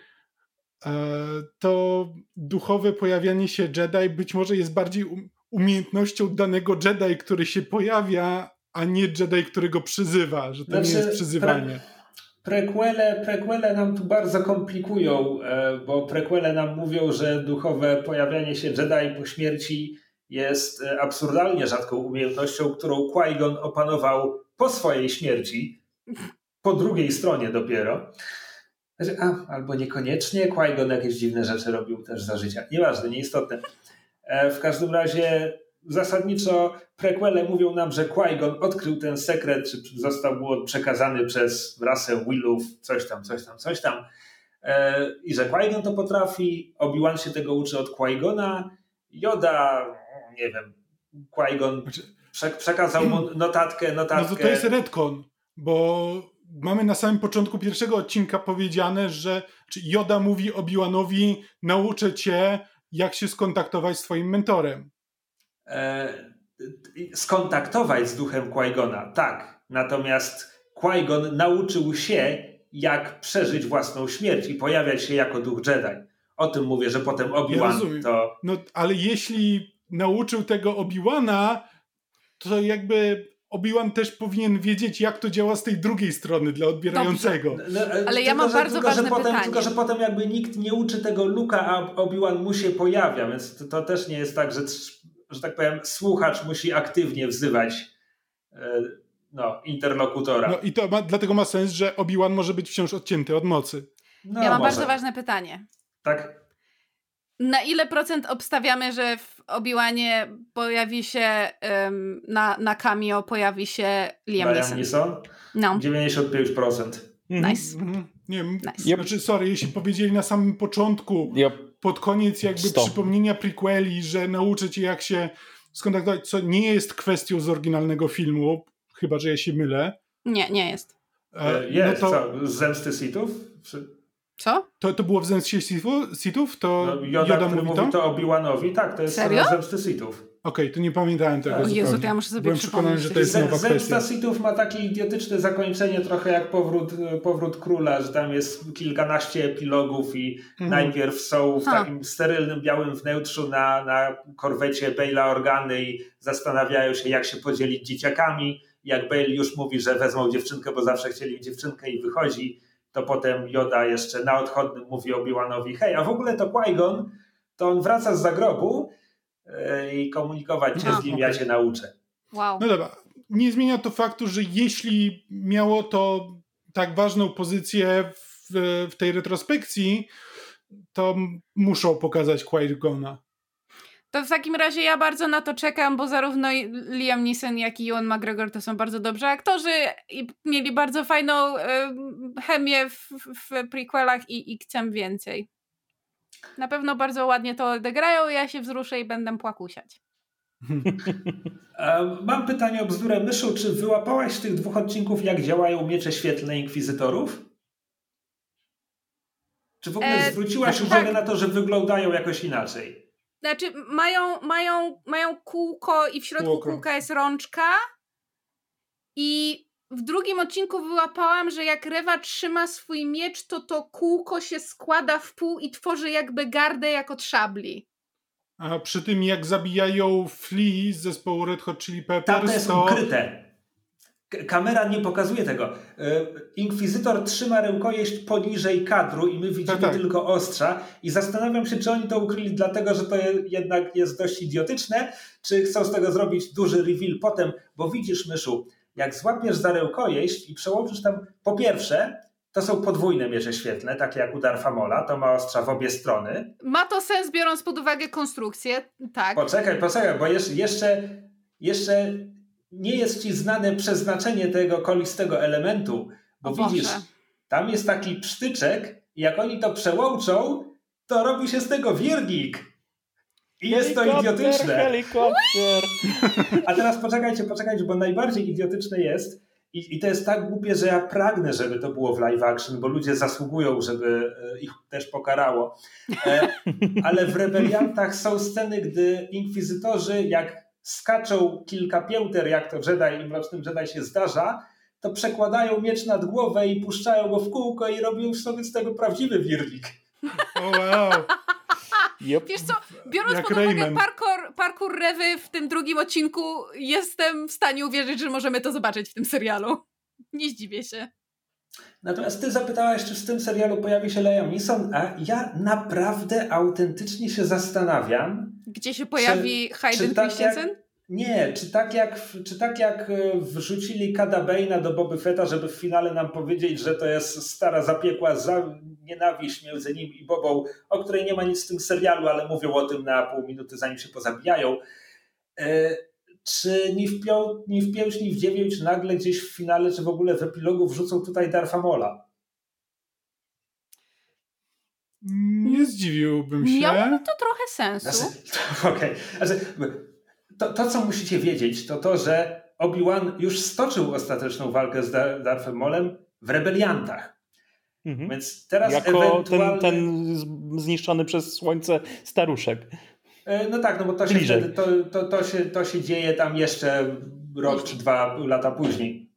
to duchowe pojawianie się Jedi być może jest bardziej umiejętnością danego Jedi, który się pojawia, a nie Jedi, który go przyzywa, że to nie jest przyzywanie. Prequele nam tu bardzo komplikują, bo prequele nam mówią, że duchowe pojawianie się Jedi po śmierci jest absurdalnie rzadką umiejętnością, którą Qui-Gon opanował po swojej śmierci, po drugiej stronie dopiero. Albo niekoniecznie, Qui-Gon jakieś dziwne rzeczy robił też za życia. Nieważne, nieistotne. W każdym razie zasadniczo prequele mówią nam, że Qui-Gon odkrył ten sekret, czy został mu przekazany przez rasę Willów, coś tam. I że Qui-Gon to potrafi, Obi-Wan się tego uczy od Qui-Gona, Yoda, nie wiem, Qui-Gon przekazał mu notatkę. No to jest retcon, bo mamy na samym początku pierwszego odcinka powiedziane, że Yoda mówi Obi-Wanowi, nauczę cię, jak się skontaktować z twoim mentorem. Skontaktować z duchem Qui-Gona, tak. Natomiast Qui-Gon nauczył się, jak przeżyć własną śmierć i pojawiać się jako duch Jedi. O tym mówię, że potem Obi-Wan to... No, ale jeśli nauczył tego Obi-Wana, to jakby Obi-Wan też powinien wiedzieć, jak to działa z tej drugiej strony dla odbierającego. Ale ja mam bardzo ważne pytanie. Tylko, że potem jakby nikt nie uczy tego Luka, a Obi-Wan mu się pojawia, więc to też nie jest tak, że tak powiem, słuchacz musi aktywnie wzywać interlokutora. No i to dlatego ma sens, że Obi-Wan może być wciąż odcięty od mocy. No, ja mam bardzo ważne pytanie. Tak? Na ile procent obstawiamy, że w Obi-Wanie pojawi się na cameo pojawi się Liam Neeson? No. 95%. Nice. Nie wiem, nice. Znaczy, sorry, jeśli powiedzieli na samym początku, pod koniec jakby przypomnienia prequeli, że nauczę cię, jak się skontaktować, co nie jest kwestią z oryginalnego filmu, chyba że ja się mylę. Nie jest. Jest, no to... co? Z Zemsty Sithów? Co? To było w Zemście Sithów? To Yoda mówi to Obi-Wanowi? Tak, to jest Serio? z Zemsty Sithów. Okej, to nie pamiętałem tego zupełnie. Jezu, to ja muszę sobie Byłem przekonany, że to jest nowa kwestia. Zemsta Sithów ma takie idiotyczne zakończenie, trochę jak powrót króla, że tam jest kilkanaście epilogów i najpierw są w takim sterylnym białym wnętrzu na korwecie Baila Organy i zastanawiają się, jak się podzielić dzieciakami. Jak Bail już mówi, że wezmą dziewczynkę, bo zawsze chcieli dziewczynkę i wychodzi, to potem Yoda jeszcze na odchodnym mówi Obi-Wanowi, hej, a w ogóle to Qui-Gon, to on wraca z zagrobu i komunikować cię z nim, ja cię nauczę. Wow. No dobra, nie zmienia to faktu, że jeśli miało to tak ważną pozycję w tej retrospekcji, to muszą pokazać Qui-Gona. To w takim razie ja bardzo na to czekam, bo zarówno Liam Neeson, jak i Ewan McGregor to są bardzo dobrzy aktorzy i mieli bardzo fajną chemię w prequelach i chcę więcej. Na pewno bardzo ładnie to odegrają, ja się wzruszę i będę płakusiać. Mam pytanie o bzdurę myszu. Czy wyłapałaś z tych 2 odcinków, jak działają miecze świetlne inkwizytorów? Czy w ogóle zwróciłaś uwagę na to, że wyglądają jakoś inaczej? Znaczy mają kółko i w środku kółka jest rączka i w drugim odcinku wyłapałam, że jak Reva trzyma swój miecz, to kółko się składa w pół i tworzy jakby gardę jak od szabli. A przy tym jak zabijają Flea z zespołu Red Hot Chili Peppers, to jest ukryte. Kamera nie pokazuje tego. Inkwizytor trzyma rękojeść poniżej kadru i my widzimy tylko ostrza i zastanawiam się, czy oni to ukryli dlatego, że to jednak jest dość idiotyczne, czy chcą z tego zrobić duży reveal potem, bo widzisz, myszu, jak złapiesz za rękojeść i przełożysz tam, po pierwsze, to są podwójne miecze świetlne, takie jak u Darfa Maula, to ma ostrza w obie strony. Ma to sens, biorąc pod uwagę konstrukcję, tak. Poczekaj, bo jeszcze nie jest ci znane przeznaczenie tego kolistego elementu, bo widzisz, tam jest taki psztyczek i jak oni to przełączą, to robi się z tego wirnik. I jest to idiotyczne. Helikopter! A teraz poczekajcie, bo najbardziej idiotyczne jest i to jest tak głupie, że ja pragnę, żeby to było w live action, bo ludzie zasługują, żeby ich też pokarało. Ale w Rebeliantach są sceny, gdy inkwizytorzy jak skaczą kilka pięter, jak to w Jedi i Mrocznym Jedi się zdarza, to przekładają miecz nad głowę i puszczają go w kółko i robią sobie z tego prawdziwy wirnik. Wow. Yep. Wiesz co, biorąc Jak pod uwagę Rayman. parkour Rewy w tym drugim odcinku, jestem w stanie uwierzyć, że możemy to zobaczyć w tym serialu. Nie zdziwię się. Natomiast ty zapytałaś, czy w tym serialu pojawi się Liam Neeson, a ja naprawdę autentycznie się zastanawiam. Gdzie się pojawi Hayden tak Christensen? Nie, czy tak jak wrzucili Cada Bane'a do Boby Fetta, żeby w finale nam powiedzieć, że to jest stara zapiekła nienawiść między nim i Bobą, o której nie ma nic w tym serialu, ale mówią o tym na pół minuty, zanim się pozabijają. Czy ni w 5, ni w 9 nagle gdzieś w finale, czy w ogóle w epilogu wrzucą tutaj Darfa Maula? Nie zdziwiłbym się. Miałoby to trochę sensu. Okej. To, co musicie wiedzieć, to, że Obi-Wan już stoczył ostateczną walkę z Darfem Maulem w Rebeliantach. Mhm. Więc teraz jako ewentualnie... ten zniszczony przez słońce staruszek. No tak, no bo to się wtedy, to się dzieje tam jeszcze rok czy 2 lata później.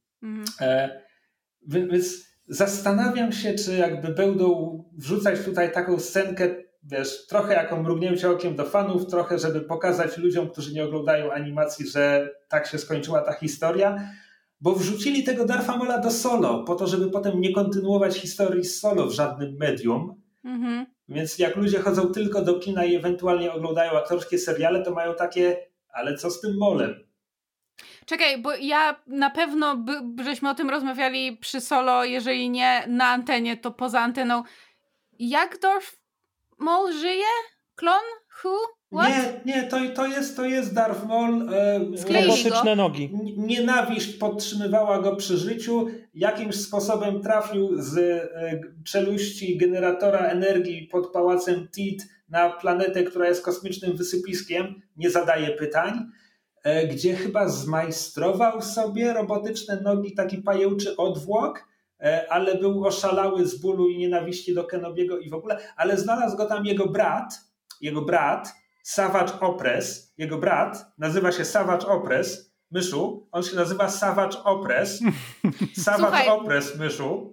Więc zastanawiam się, czy jakby będą wrzucać tutaj taką scenkę, wiesz, trochę jako mrugnięcie okiem do fanów, trochę żeby pokazać ludziom, którzy nie oglądają animacji, że tak się skończyła ta historia, bo wrzucili tego Darfa Maula do Solo, po to, żeby potem nie kontynuować historii z Solo w żadnym medium. Więc jak ludzie chodzą tylko do kina i ewentualnie oglądają aktorskie seriale, to mają takie, ale co z tym Maulem? Czekaj, bo ja na pewno, żeśmy o tym rozmawiali przy Solo, jeżeli nie na antenie, to poza anteną. Jak Darth Maul żyje? Klon? Who? What? Nie, to jest Darth Maul. Robotyczne nogi. Nienawiść podtrzymywała go przy życiu. Jakimś sposobem trafił z czeluści generatora energii pod pałacem Tit na planetę, która jest kosmicznym wysypiskiem. Nie zadaje pytań. Gdzie chyba zmajstrował sobie robotyczne nogi, taki pajęczy odwłok, ale był oszalały z bólu i nienawiści do Kenobiego i w ogóle, ale znalazł go tam jego brat, Savage Opress, jego brat nazywa się Savage Opress, Myszu, on się nazywa Savage Opress. Słuchaj, Opress, Myszu.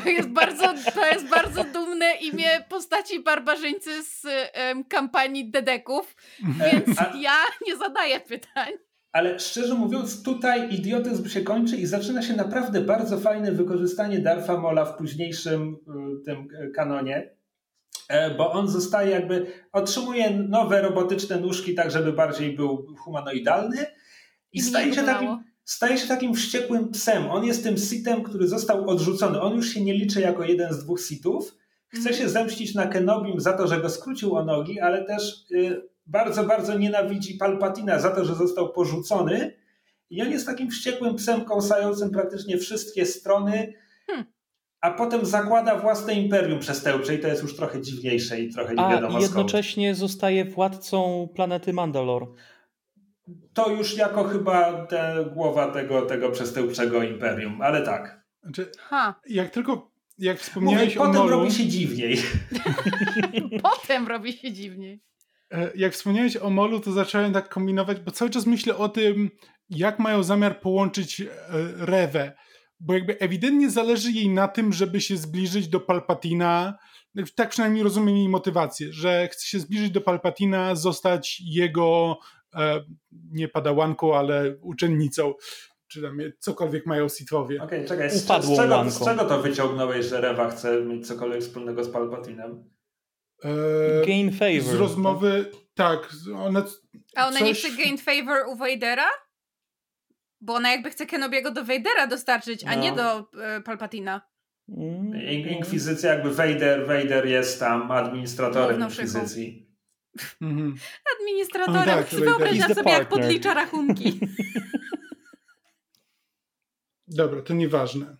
To jest bardzo dumne imię postaci barbarzyńcy z kampanii Dedeków, więc ja nie zadaję pytań. Ale szczerze mówiąc, tutaj idiotyzm się kończy i zaczyna się naprawdę bardzo fajne wykorzystanie Darfa Maula w późniejszym tym kanonie, bo on zostaje otrzymuje nowe robotyczne nóżki, tak żeby bardziej był humanoidalny i staje się takim wściekłym psem. On jest tym Sithem, który został odrzucony. On już się nie liczy jako jeden z 2 Sithów. Chce się zemścić na Kenobim za to, że go skrócił o nogi, ale też bardzo, bardzo nienawidzi Palpatina za to, że został porzucony. I on jest takim wściekłym psem kąsającym praktycznie wszystkie strony, a potem zakłada własne imperium przestępcze i to jest już trochę dziwniejsze i trochę nie wiadomo skąd. I jednocześnie zostaje władcą planety Mandalore. To już jako chyba głowa tego przestępczego imperium, ale tak. Znaczy, jak wspomniałeś o potem Maulu... robi się dziwniej. Potem robi się dziwniej. Jak wspomniałeś o Maulu, to zacząłem tak kombinować, bo cały czas myślę o tym, jak mają zamiar połączyć Rewę. Bo jakby ewidentnie zależy jej na tym, żeby się zbliżyć do Palpatina. Tak przynajmniej rozumiem jej motywację, że chce się zbliżyć do Palpatina, zostać jego nie padałanką, ale uczennicą. Czy tam cokolwiek mają Sithowie. Okej, czekaj, z czego to wyciągnąłeś, że Rewa chce mieć cokolwiek wspólnego z Palpatinem? Gain favor. Z rozmowy, tak. A ona nie chce gain favor u Vadera? Bo ona jakby chce Kenobiego do Vadera dostarczyć, a nie do Palpatina. Inkwizycja, jakby Vader jest tam administratorem Główną szychą. inkwizycji. Administratorem. Tak, Wyobraź He's the sobie, jak partner. podlicza rachunki. Dobra, to nieważne.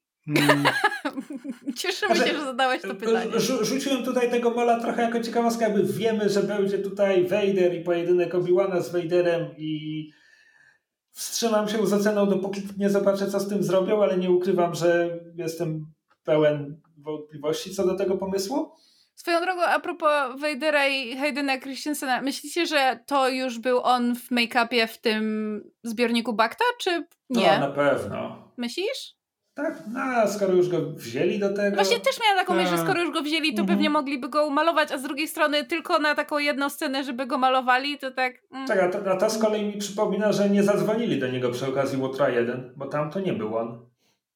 Cieszymy się, że zadałeś to pytanie. Rzuciłem tutaj tego mola trochę jako ciekawostkę, jakby wiemy, że będzie tutaj Vader i pojedynek Obi-Wana z Vaderem i wstrzymam się z oceną, dopóki nie zobaczę, co z tym zrobią, ale nie ukrywam, że jestem pełen wątpliwości co do tego pomysłu. Swoją drogą, a propos Vadera i Haydena Christensena, myślicie, że to już był on w make-upie w tym zbiorniku Bacta, czy nie? No, na pewno. Myślisz? Tak, no, skoro już go wzięli do tego... Właśnie też miałam taką myśl, że Tak. skoro już go wzięli, to pewnie mogliby go umalować, a z drugiej strony tylko na taką jedną scenę, żeby go malowali, to tak... Czekaj, a to z kolei mi przypomina, że nie zadzwonili do niego przy okazji Łotra 1, bo tam to nie był on.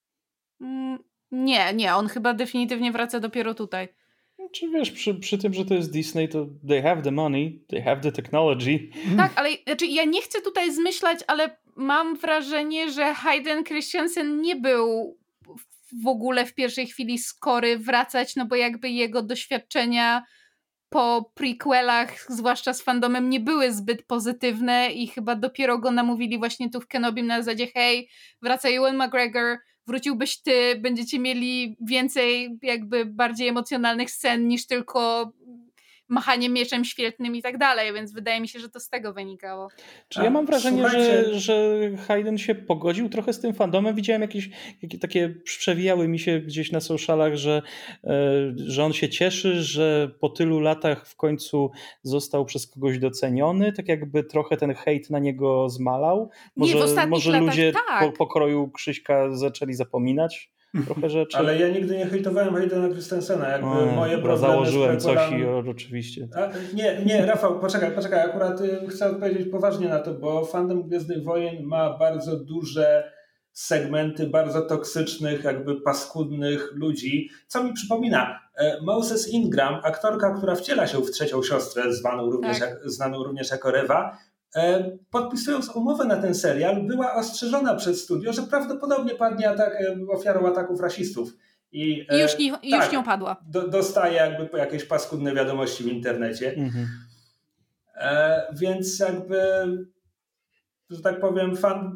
Nie, on chyba definitywnie wraca dopiero tutaj. Czy wiesz, przy tym, że to jest Disney, to they have the money, they have the technology. Tak, ale znaczy ja nie chcę tutaj zmyślać, ale mam wrażenie, że Hayden Christensen nie był w ogóle w pierwszej chwili skory wracać, no bo jakby jego doświadczenia po prequelach, zwłaszcza z fandomem, nie były zbyt pozytywne i chyba dopiero go namówili właśnie tu w Kenobim na zasadzie hej, wraca Ewan McGregor, wróciłbyś ty, będziecie mieli więcej jakby bardziej emocjonalnych scen niż tylko machanie mieczem świetlnym i tak dalej, więc wydaje mi się, że to z tego wynikało. Czy ja mam wrażenie, słuchajcie. że Hayden się pogodził trochę z tym fandomem. Widziałem jakieś takie przewijały mi się gdzieś na socialach, że on się cieszy, że po tylu latach w końcu został przez kogoś doceniony, tak jakby trochę ten hejt na niego zmalał. Nie, w ostatnich może latach ludzie tak. po kroju Krzyśka zaczęli zapominać trochę rzeczy. Ale ja nigdy nie hejtowałem Haydena Christensena. Jakby moje Dobra, problemy założyłem z coś prequelami- oczywiście. Nie, Rafał, poczekaj, akurat chcę odpowiedzieć poważnie na to, bo fandom Gwiezdnych Wojen ma bardzo duże segmenty bardzo toksycznych, jakby paskudnych ludzi, co mi przypomina Moses Ingram, aktorka, która wciela się w trzecią siostrę, znaną również jako Reva, podpisując umowę na ten serial, była ostrzeżona przez studio, że prawdopodobnie padnie ofiarą ataków rasistów. I już nie opadła. Dostaje jakby jakieś paskudne wiadomości w internecie. Więc jakby, że tak powiem,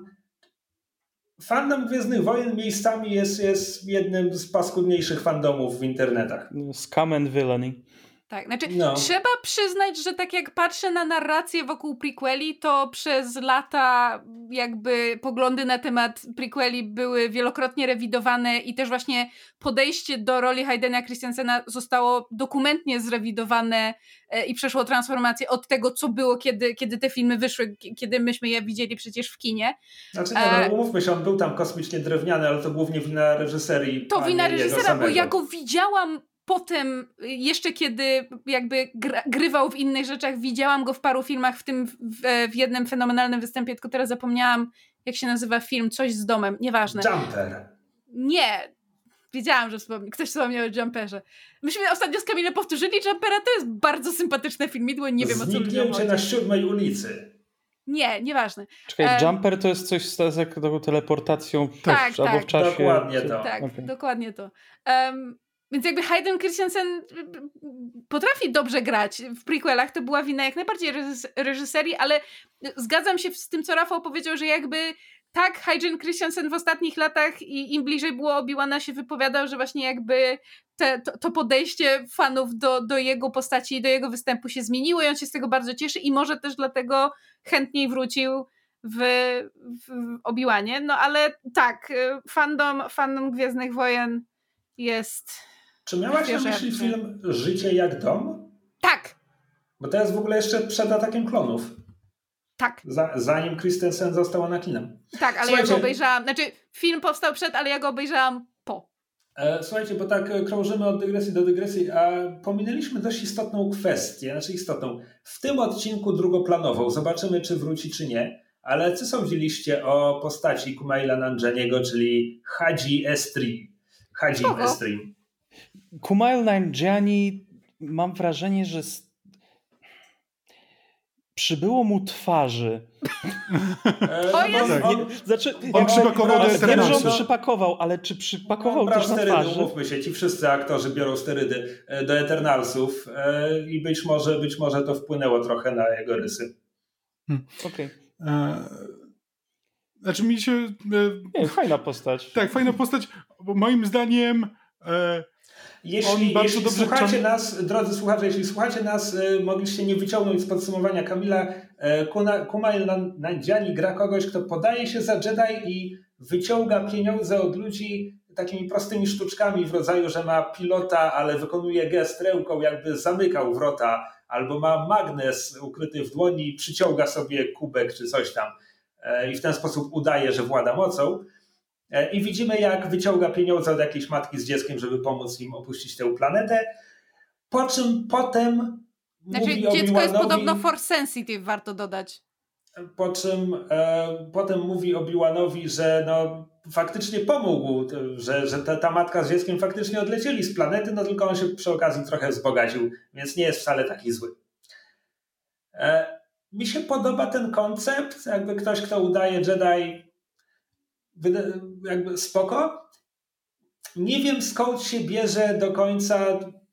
fandom Gwiezdnych Wojen miejscami jest jednym z paskudniejszych fandomów w internetach. Scum and villainy. Tak, znaczy No. trzeba przyznać, że tak jak patrzę na narrację wokół prequeli, to przez lata jakby poglądy na temat prequeli były wielokrotnie rewidowane i też właśnie podejście do roli Haydena Christensena zostało dokumentnie zrewidowane i przeszło transformację od tego, co było, kiedy te filmy wyszły, kiedy myśmy je widzieli przecież w kinie. Znaczy, umówmy się, on był tam kosmicznie drewniany, ale to głównie wina reżyserii. To wina reżysera, samego. bo ja go widziałam potem, jeszcze kiedy jakby grywał w innych rzeczach, widziałam go w paru filmach, w tym w jednym fenomenalnym występie, tylko teraz zapomniałam, jak się nazywa film, coś z domem, nieważne. Jumper. Nie, wiedziałam, że ktoś wspomniał o Jumperze. Myśmy ostatnio z Kamilem powtórzyli Jumpera, to jest bardzo sympatyczne filmidło, nie wiem o co ludziom Zniknięcie chodzi. na 7 ulicy. Nie, nieważne. Czekaj, Jumper to jest coś z taką teleportacją Tak, albo tak. w czasie. Dokładnie to. Tak, Okay. dokładnie to. Więc jakby Hayden Christensen potrafi dobrze grać. W prequelach to była wina jak najbardziej reżyserii, ale zgadzam się z tym, co Rafał powiedział, że jakby tak, Hayden Christensen w ostatnich latach i im bliżej było Obi-Wana się wypowiadał, że właśnie jakby to podejście fanów do jego postaci i do jego występu się zmieniło i on się z tego bardzo cieszy i może też dlatego chętniej wrócił w Obi-Wanie. No ale tak, fandom Gwiezdnych Wojen jest... Czy miałaś na myśli film Życie jak dom? Tak! Bo to jest w ogóle jeszcze przed atakiem klonów. Tak. Zanim Christensen został Anakinem. Tak, ale ja go obejrzałam, znaczy film powstał przed, ale ja go obejrzałam po. Słuchajcie, bo tak krążymy od dygresji do dygresji, a pominęliśmy dość istotną kwestię, znaczy istotną. W tym odcinku drugoplanową, zobaczymy czy wróci czy nie, ale co sądziliście o postaci Kumaila Nanjianiego, czyli Hadzi Estrim? Kumail Nanjiani, mam wrażenie, że przybyło mu twarzy. O Jezu! On przypakował do Wiem, że Eternalsów. on przypakował, ale czy przypakował brał też na sterydy, twarzy? umówmy się, ci wszyscy aktorzy biorą sterydy do Eternalsów i być może to wpłynęło trochę na jego rysy. Okej. Znaczy mi się... Nie, fajna postać. Tak, fajna postać, bo moim zdaniem... Jeśli słuchacie nas, drodzy słuchacze, jeśli słuchacie nas, mogliście nie wyciągnąć z podsumowania Kamila, Kumail Nanjiani gra kogoś, kto podaje się za Jedi i wyciąga pieniądze od ludzi takimi prostymi sztuczkami w rodzaju, że ma pilota, ale wykonuje gest ręką, jakby zamykał wrota, albo ma magnes ukryty w dłoni i przyciąga sobie kubek czy coś tam i w ten sposób udaje, że włada mocą. I widzimy, jak wyciąga pieniądze od jakiejś matki z dzieckiem, żeby pomóc im opuścić tę planetę. Po czym potem mówi dziecko jest Obi-Wanowi, podobno force sensitive, warto dodać. po czym potem mówi Obi-Wanowi, że no, faktycznie pomógł, że ta matka z dzieckiem faktycznie odlecieli z planety, no tylko on się przy okazji trochę wzbogacił, więc nie jest wcale taki zły. Mi się podoba ten koncept, jakby ktoś, kto udaje Jedi, jakby spoko. Nie wiem, skąd się bierze do końca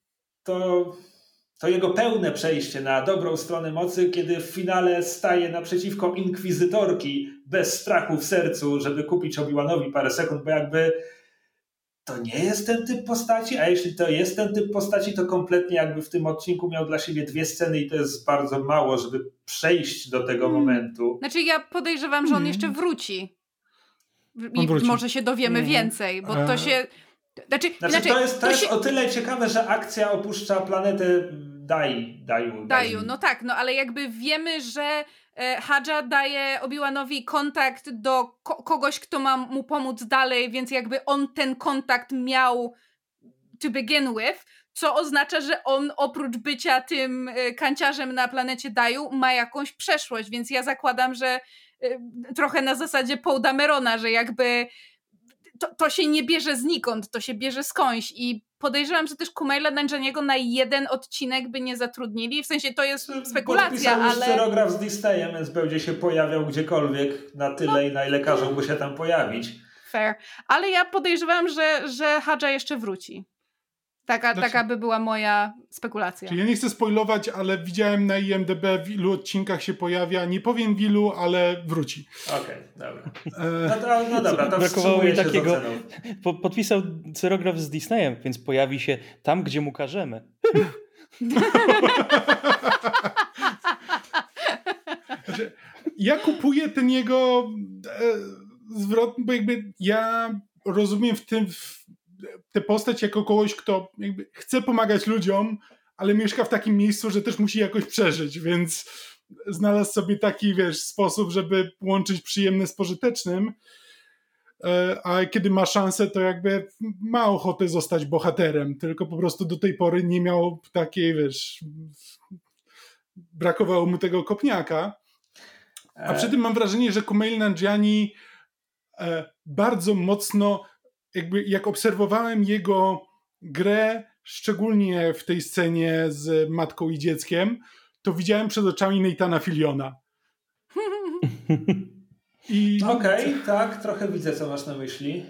to jego pełne przejście na dobrą stronę mocy, kiedy w finale staje naprzeciwko inkwizytorki bez strachu w sercu, żeby kupić Obi-Wanowi parę sekund, bo jakby to nie jest ten typ postaci, a jeśli to jest ten typ postaci, to kompletnie jakby w tym odcinku miał dla siebie 2 sceny i to jest bardzo mało, żeby przejść do tego momentu. Znaczy ja podejrzewam, że on jeszcze wróci. I wróci. może się dowiemy więcej, bo to się... To jest o tyle ciekawe, że akcja opuszcza planetę Daju. No tak, no ale jakby wiemy, że Hadża daje Obi-Wanowi kontakt do kogoś, kto ma mu pomóc dalej, więc jakby on ten kontakt miał to begin with, co oznacza, że on oprócz bycia tym kanciarzem na planecie Daju ma jakąś przeszłość, więc ja zakładam, że trochę na zasadzie Poe Damerona, że jakby to się nie bierze znikąd, to się bierze skądś i podejrzewam, że też Kumaila Nanjianiego na jeden odcinek by nie zatrudnili, w sensie to jest spekulacja, ale... Podpisał scenograf z Disneyem, więc będzie się pojawiał gdziekolwiek na tyle, na ile każą mu się tam pojawić. Fair, ale ja podejrzewam, że Hadża jeszcze wróci. Taka by była moja spekulacja. Czyli ja nie chcę spoilować, ale widziałem na IMDb, w ilu odcinkach się pojawia. Nie powiem w ilu, ale wróci. Okej, dobra. No dobra, to brakowało mi takiego. oceną. Podpisał scenograf z Disneyem, więc pojawi się tam, gdzie mu każemy. Znaczy, ja kupuję ten jego zwrot, bo jakby ja rozumiem tę postać jako kogoś, kto jakby chce pomagać ludziom, ale mieszka w takim miejscu, że też musi jakoś przeżyć, więc znalazł sobie taki, sposób, żeby łączyć przyjemne z pożytecznym, a kiedy ma szansę, to jakby ma ochotę zostać bohaterem, tylko po prostu do tej pory nie miał takiej, brakowało mu tego kopniaka. A przy tym mam wrażenie, że Kumail Nanjiani bardzo mocno, jakby jak obserwowałem jego grę, szczególnie w tej scenie z matką i dzieckiem, to widziałem przed oczami Nathana Filliona. Okej, tak, trochę widzę, co masz na myśli.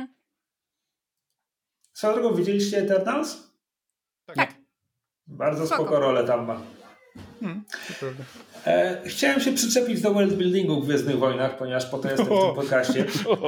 Swoją drogą, widzieliście Eternals? Tak. Bardzo spoko rolę tam ma. To prawda. Chciałem się przyczepić do worldbuildingu w Gwiezdnych Wojnach, ponieważ po to jestem w tym podcaście.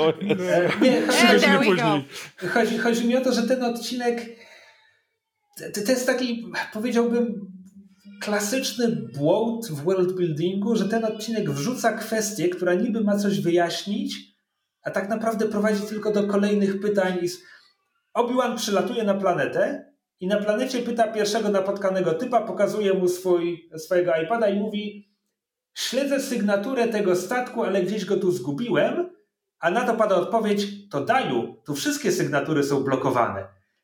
Chodzi mi o to, że ten odcinek to jest taki, powiedziałbym, klasyczny błąd w worldbuildingu, że ten odcinek wrzuca kwestię, która niby ma coś wyjaśnić, a tak naprawdę prowadzi tylko do kolejnych pytań. Obi-Wan przylatuje na planetę i na planecie pyta pierwszego napotkanego typa, pokazuje mu swojego iPada i mówi: śledzę sygnaturę tego statku, ale gdzieś go tu zgubiłem, a na to pada odpowiedź: to Daju, tu wszystkie sygnatury są blokowane.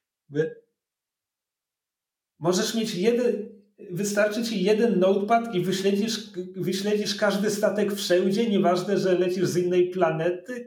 Możesz mieć wystarczy ci jeden notepad i wyśledzisz każdy statek wszędzie, nieważne, że lecisz z innej planety.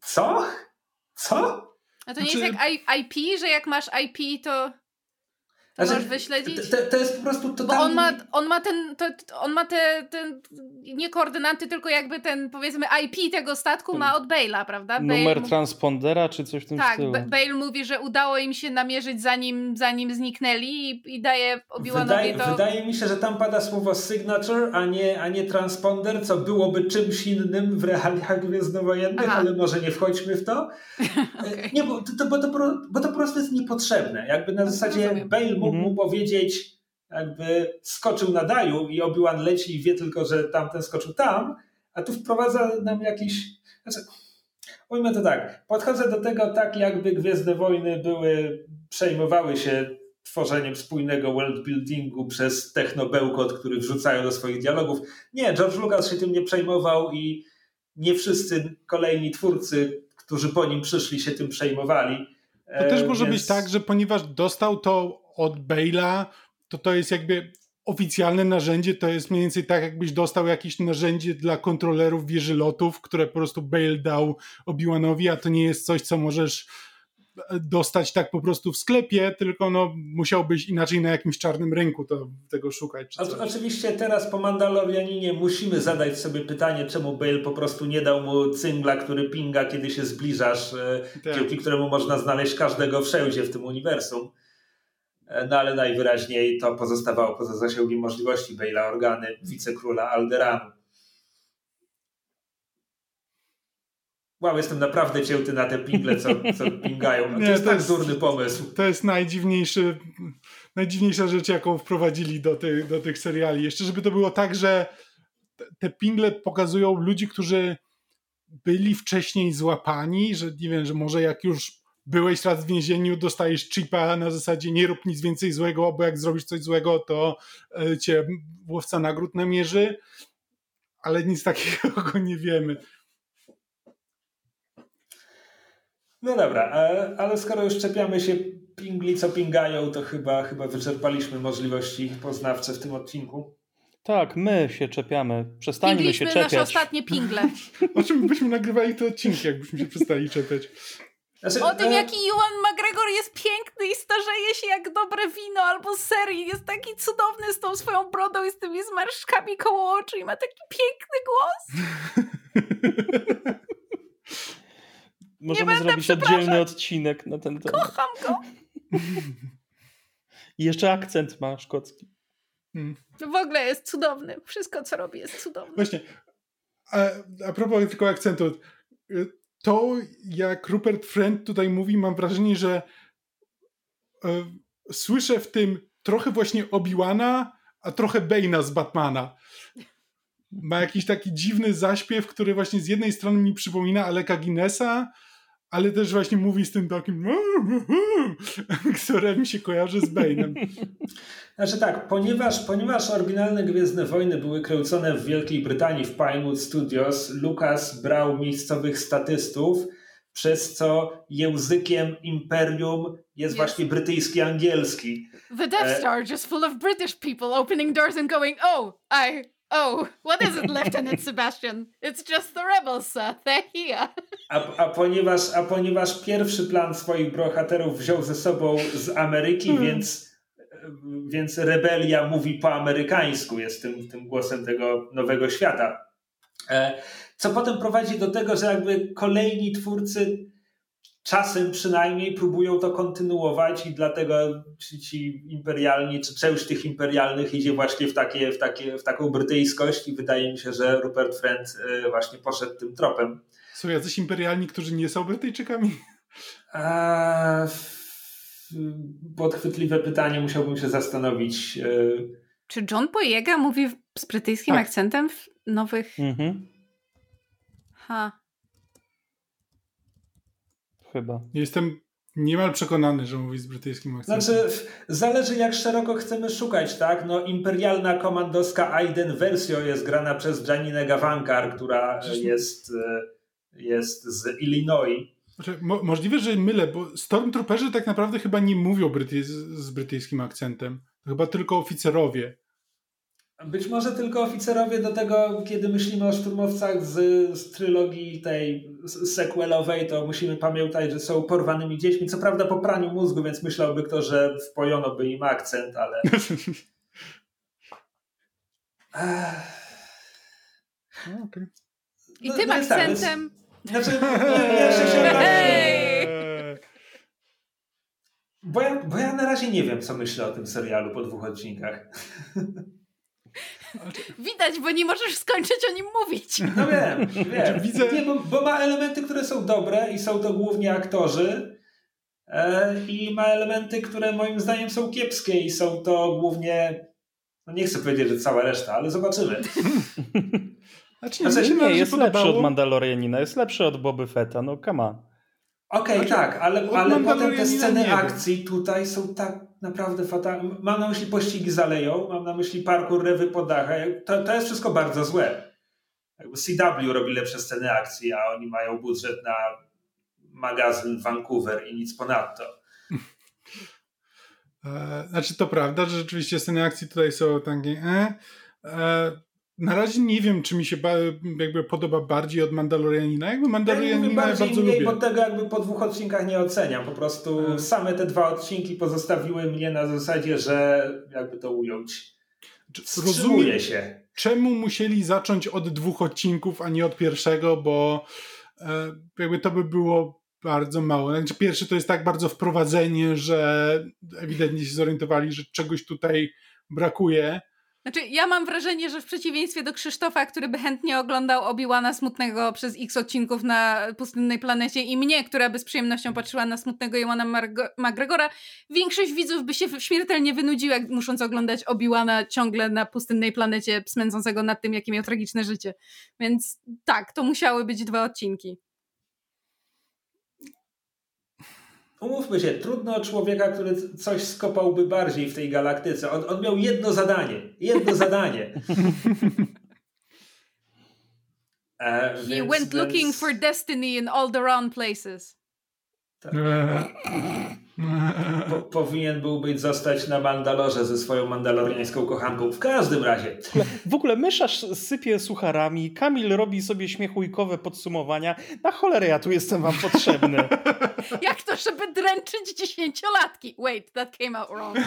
Co? A to nie jest jak IP, że jak masz IP, to... To Znaczy, możesz wyśledzić? To jest po prostu Bo totalnie... on ma te nie koordynaty, tylko jakby ten, powiedzmy, IP tego statku ma od Bale'a, prawda? Numer transpondera czy coś w tym tak, stylu. Bale mówi, że udało im się namierzyć zanim zniknęli i daje Obi-Wanowi to... Wydaje mi się, że tam pada słowo signature, a nie transponder, co byłoby czymś innym w realiach gwiezdnowojennych, ale może nie wchodźmy w to. Okay. Nie, bo to po prostu jest niepotrzebne. Jakby na zasadzie rozumiem. Bale mógł mu powiedzieć, jakby skoczył na daju i Obi-Wan leci i wie tylko, że tamten skoczył tam, a tu wprowadza nam jakiś... Znaczy, ujmę to tak, podchodzę do tego tak, jakby Gwiezdne Wojny przejmowały się tworzeniem spójnego worldbuildingu przez technobełkot, który wrzucają do swoich dialogów. Nie, George Lucas się tym nie przejmował i nie wszyscy kolejni twórcy, którzy po nim przyszli, się tym przejmowali. To też może być tak, że ponieważ dostał to od Bale'a, to jest jakby oficjalne narzędzie, to jest mniej więcej tak, jakbyś dostał jakieś narzędzie dla kontrolerów wieży lotów, które po prostu Bale dał Obi-Wanowi, a to nie jest coś, co możesz dostać tak po prostu w sklepie, tylko musiałbyś inaczej na jakimś czarnym rynku tego szukać. Czy coś. Oczywiście teraz po Mandalorianinie musimy zadać sobie pytanie, czemu Bale po prostu nie dał mu cyngla, który pinga, kiedy się zbliżasz, dzięki któremu można znaleźć każdego wszędzie w tym uniwersum. No ale najwyraźniej to pozostawało poza zasięgiem możliwości Bale'a Organy, wicekróla Alderanu. Wow, jestem naprawdę cięty na te pingle, co pingają. To jest tak durny pomysł. To jest najdziwniejsza rzecz, jaką wprowadzili do tych seriali. Jeszcze żeby to było tak, że te pingle pokazują ludzi, którzy byli wcześniej złapani, że nie wiem, że może jak już byłeś raz w więzieniu, dostajesz chipa na zasadzie nie rób nic więcej złego, bo jak zrobisz coś złego, to cię łowca nagród namierzy, ale nic takiego nie wiemy. No dobra, ale skoro już czepiamy się pingli, co pingają, to chyba wyczerpaliśmy możliwości poznawcze w tym odcinku. Tak, my się czepiamy. Przestańmy się czepiać. Nasze ostatnie pingle. O czym byśmy nagrywali te odcinki, jakbyśmy się przestali czepiać. Znaczy, O tym, jaki Ewan McGregor jest piękny i starzeje się jak dobre wino albo ser i jest taki cudowny z tą swoją brodą i z tymi zmarszczkami koło oczu i ma taki piękny głos. Możemy zrobić oddzielny odcinek na ten temat. Kocham go. I jeszcze akcent ma szkocki. W ogóle jest cudowny. Wszystko, co robi, jest cudowne. Właśnie. A propos tylko akcentu. To, jak Rupert Friend tutaj mówi, mam wrażenie, że słyszę w tym trochę właśnie Obi-Wana, a trochę Bane'a z Batmana. Ma jakiś taki dziwny zaśpiew, który właśnie z jednej strony mi przypomina Aleka Guinnessa, ale też właśnie mówi z tym takim które mi się kojarzy z Bane'em. Znaczy tak, ponieważ oryginalne Gwiezdne Wojny były kręcone w Wielkiej Brytanii w Pinewood Studios, Lucas brał miejscowych statystów, przez co językiem imperium jest właśnie brytyjski angielski. The Death Star just full of British people opening doors and going, what is it, Lieutenant Sebastian? It's just the rebels, sir. They're here. A ponieważ pierwszy plan swoich bohaterów wziął ze sobą z Ameryki, więc rebelia mówi po amerykańsku, jest tym głosem tego nowego świata. Co potem prowadzi do tego, że jakby kolejni twórcy czasem przynajmniej próbują to kontynuować i dlatego ci imperialni, czy część tych imperialnych idzie właśnie w taką brytyjskość i wydaje mi się, że Rupert Friend właśnie poszedł tym tropem. Są jacyś imperialni, którzy nie są Brytyjczykami? Podchwytliwe pytanie, musiałbym się zastanowić. Czy John Boyega mówi z brytyjskim akcentem w nowych... Chyba. Jestem niemal przekonany, że mówi z brytyjskim akcentem. Znaczy, zależy jak szeroko chcemy szukać, tak? No, imperialna komandowska Aiden Versio jest grana przez Janinę Gavankar, która jest z Illinois. Znaczy, możliwe, że mylę, bo Stormtrooperzy tak naprawdę chyba nie mówią z brytyjskim akcentem. To chyba tylko oficerowie. Być może tylko oficerowie do tego, kiedy myślimy o szturmowcach z trylogii tej sequelowej, to musimy pamiętać, że są porwanymi dziećmi. Co prawda po praniu mózgu, więc myślałby kto, że wpojono by im akcent, ale... Okay. I tym akcentem... Znaczy, Bo ja na razie nie wiem, co myślę o tym serialu po 2 odcinkach. Widać, bo nie możesz skończyć o nim mówić. No wiem. Widzę... Nie, bo ma elementy, które są dobre i są to głównie aktorzy i ma elementy, które moim zdaniem są kiepskie i są to głównie, no nie chcę powiedzieć, że cała reszta, ale zobaczymy. Nie, jest lepszy od Mandalorianina, jest lepszy od Boby Fetta, no come on. Okej, tak, ale potem te sceny akcji tutaj są tak naprawdę fatalne. Mam na myśli pościgi za Leją, mam na myśli parkour, rewy po dachach. To jest wszystko bardzo złe. Jakby CW robi lepsze sceny akcji, a oni mają budżet na magazyn Vancouver i nic ponadto. Znaczy to prawda, że rzeczywiście sceny akcji tutaj są takie na razie nie wiem, czy mi się jakby podoba bardziej od Mandalorianina. Jakby Mandalorianina ja bardzo lubię. Bo tego jakby po 2 odcinkach nie oceniam. Po prostu same te 2 odcinki pozostawiły mnie na zasadzie, że jakby to ująć. Rozumiem się. Czemu musieli zacząć od 2 odcinków, a nie od pierwszego, bo jakby to by było bardzo mało. Znaczy, pierwszy to jest tak bardzo wprowadzenie, że ewidentnie się zorientowali, że czegoś tutaj brakuje. Znaczy, ja mam wrażenie, że w przeciwieństwie do Krzysztofa, który by chętnie oglądał Obi-Wana smutnego przez x odcinków na pustynnej planecie i mnie, która by z przyjemnością patrzyła na smutnego Ewana McGregora, większość widzów by się śmiertelnie wynudziła, musząc oglądać Obi-Wana ciągle na pustynnej planecie, smędzącego nad tym, jakie miał tragiczne życie. Więc tak, to musiały być 2 odcinki. Umówmy się, trudno o człowieka, który coś skopałby bardziej w tej galaktyce. On miał jedno zadanie. He went looking for destiny in all the wrong places. Tak. Powinien byłby zostać na Mandalorze ze swoją mandaloriańską kochanką. W każdym razie. W ogóle Myszasz sypie sucharami, Kamil robi sobie śmiechujkowe podsumowania. Na cholerę ja tu jestem wam potrzebny. Jak to, żeby dręczyć 10-latki? Wait, that came out wrong.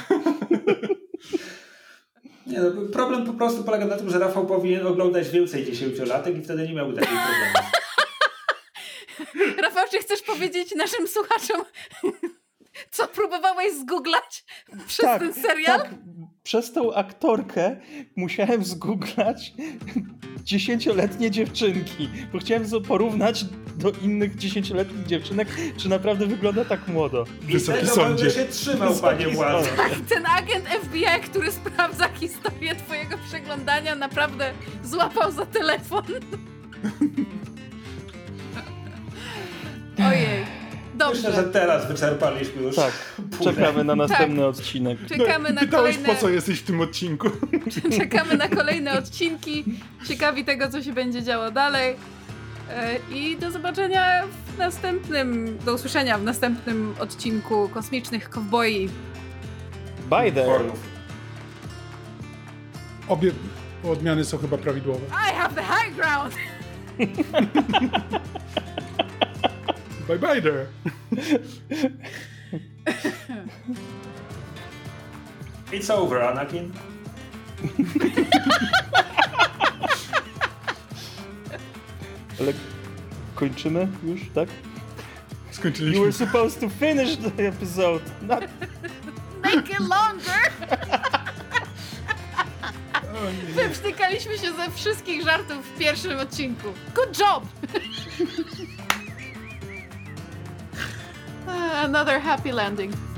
Nie, no, problem po prostu polega na tym, że Rafał powinien oglądać więcej 10-latek i wtedy nie miałby takich problemów. Rafał, czy chcesz powiedzieć naszym słuchaczom, co próbowałeś zgooglać przez ten serial? Tak, przez tą aktorkę musiałem zgooglać 10-letnie dziewczynki, bo chciałem porównać do innych 10-letnich dziewczynek, czy naprawdę wygląda tak młodo. Wysoki sądzie. Będę się trzymał, panie władzy. Ten agent FBI, który sprawdza historię twojego przeglądania, naprawdę złapał za telefon. Ojej, dobrze. Myślę, że teraz wyczerpaliśmy już. Tak, czekamy na następny odcinek. Czekamy na Pytałeś, kolejne... po co jesteś w tym odcinku. Czekamy na kolejne odcinki. Ciekawi tego, co się będzie działo dalej. I do zobaczenia w następnym, do usłyszenia w następnym odcinku Kosmicznych Kowboi. Bye there. Obie odmiany są chyba prawidłowe. I have the high ground! Bye bye there. It's over, Anakin. Ale kończymy już, tak? Skończyliśmy. You were supposed to finish the episode. Not... Make it longer! Wyprztykaliśmy się ze wszystkich żartów w pierwszym odcinku. Good job! Another happy landing.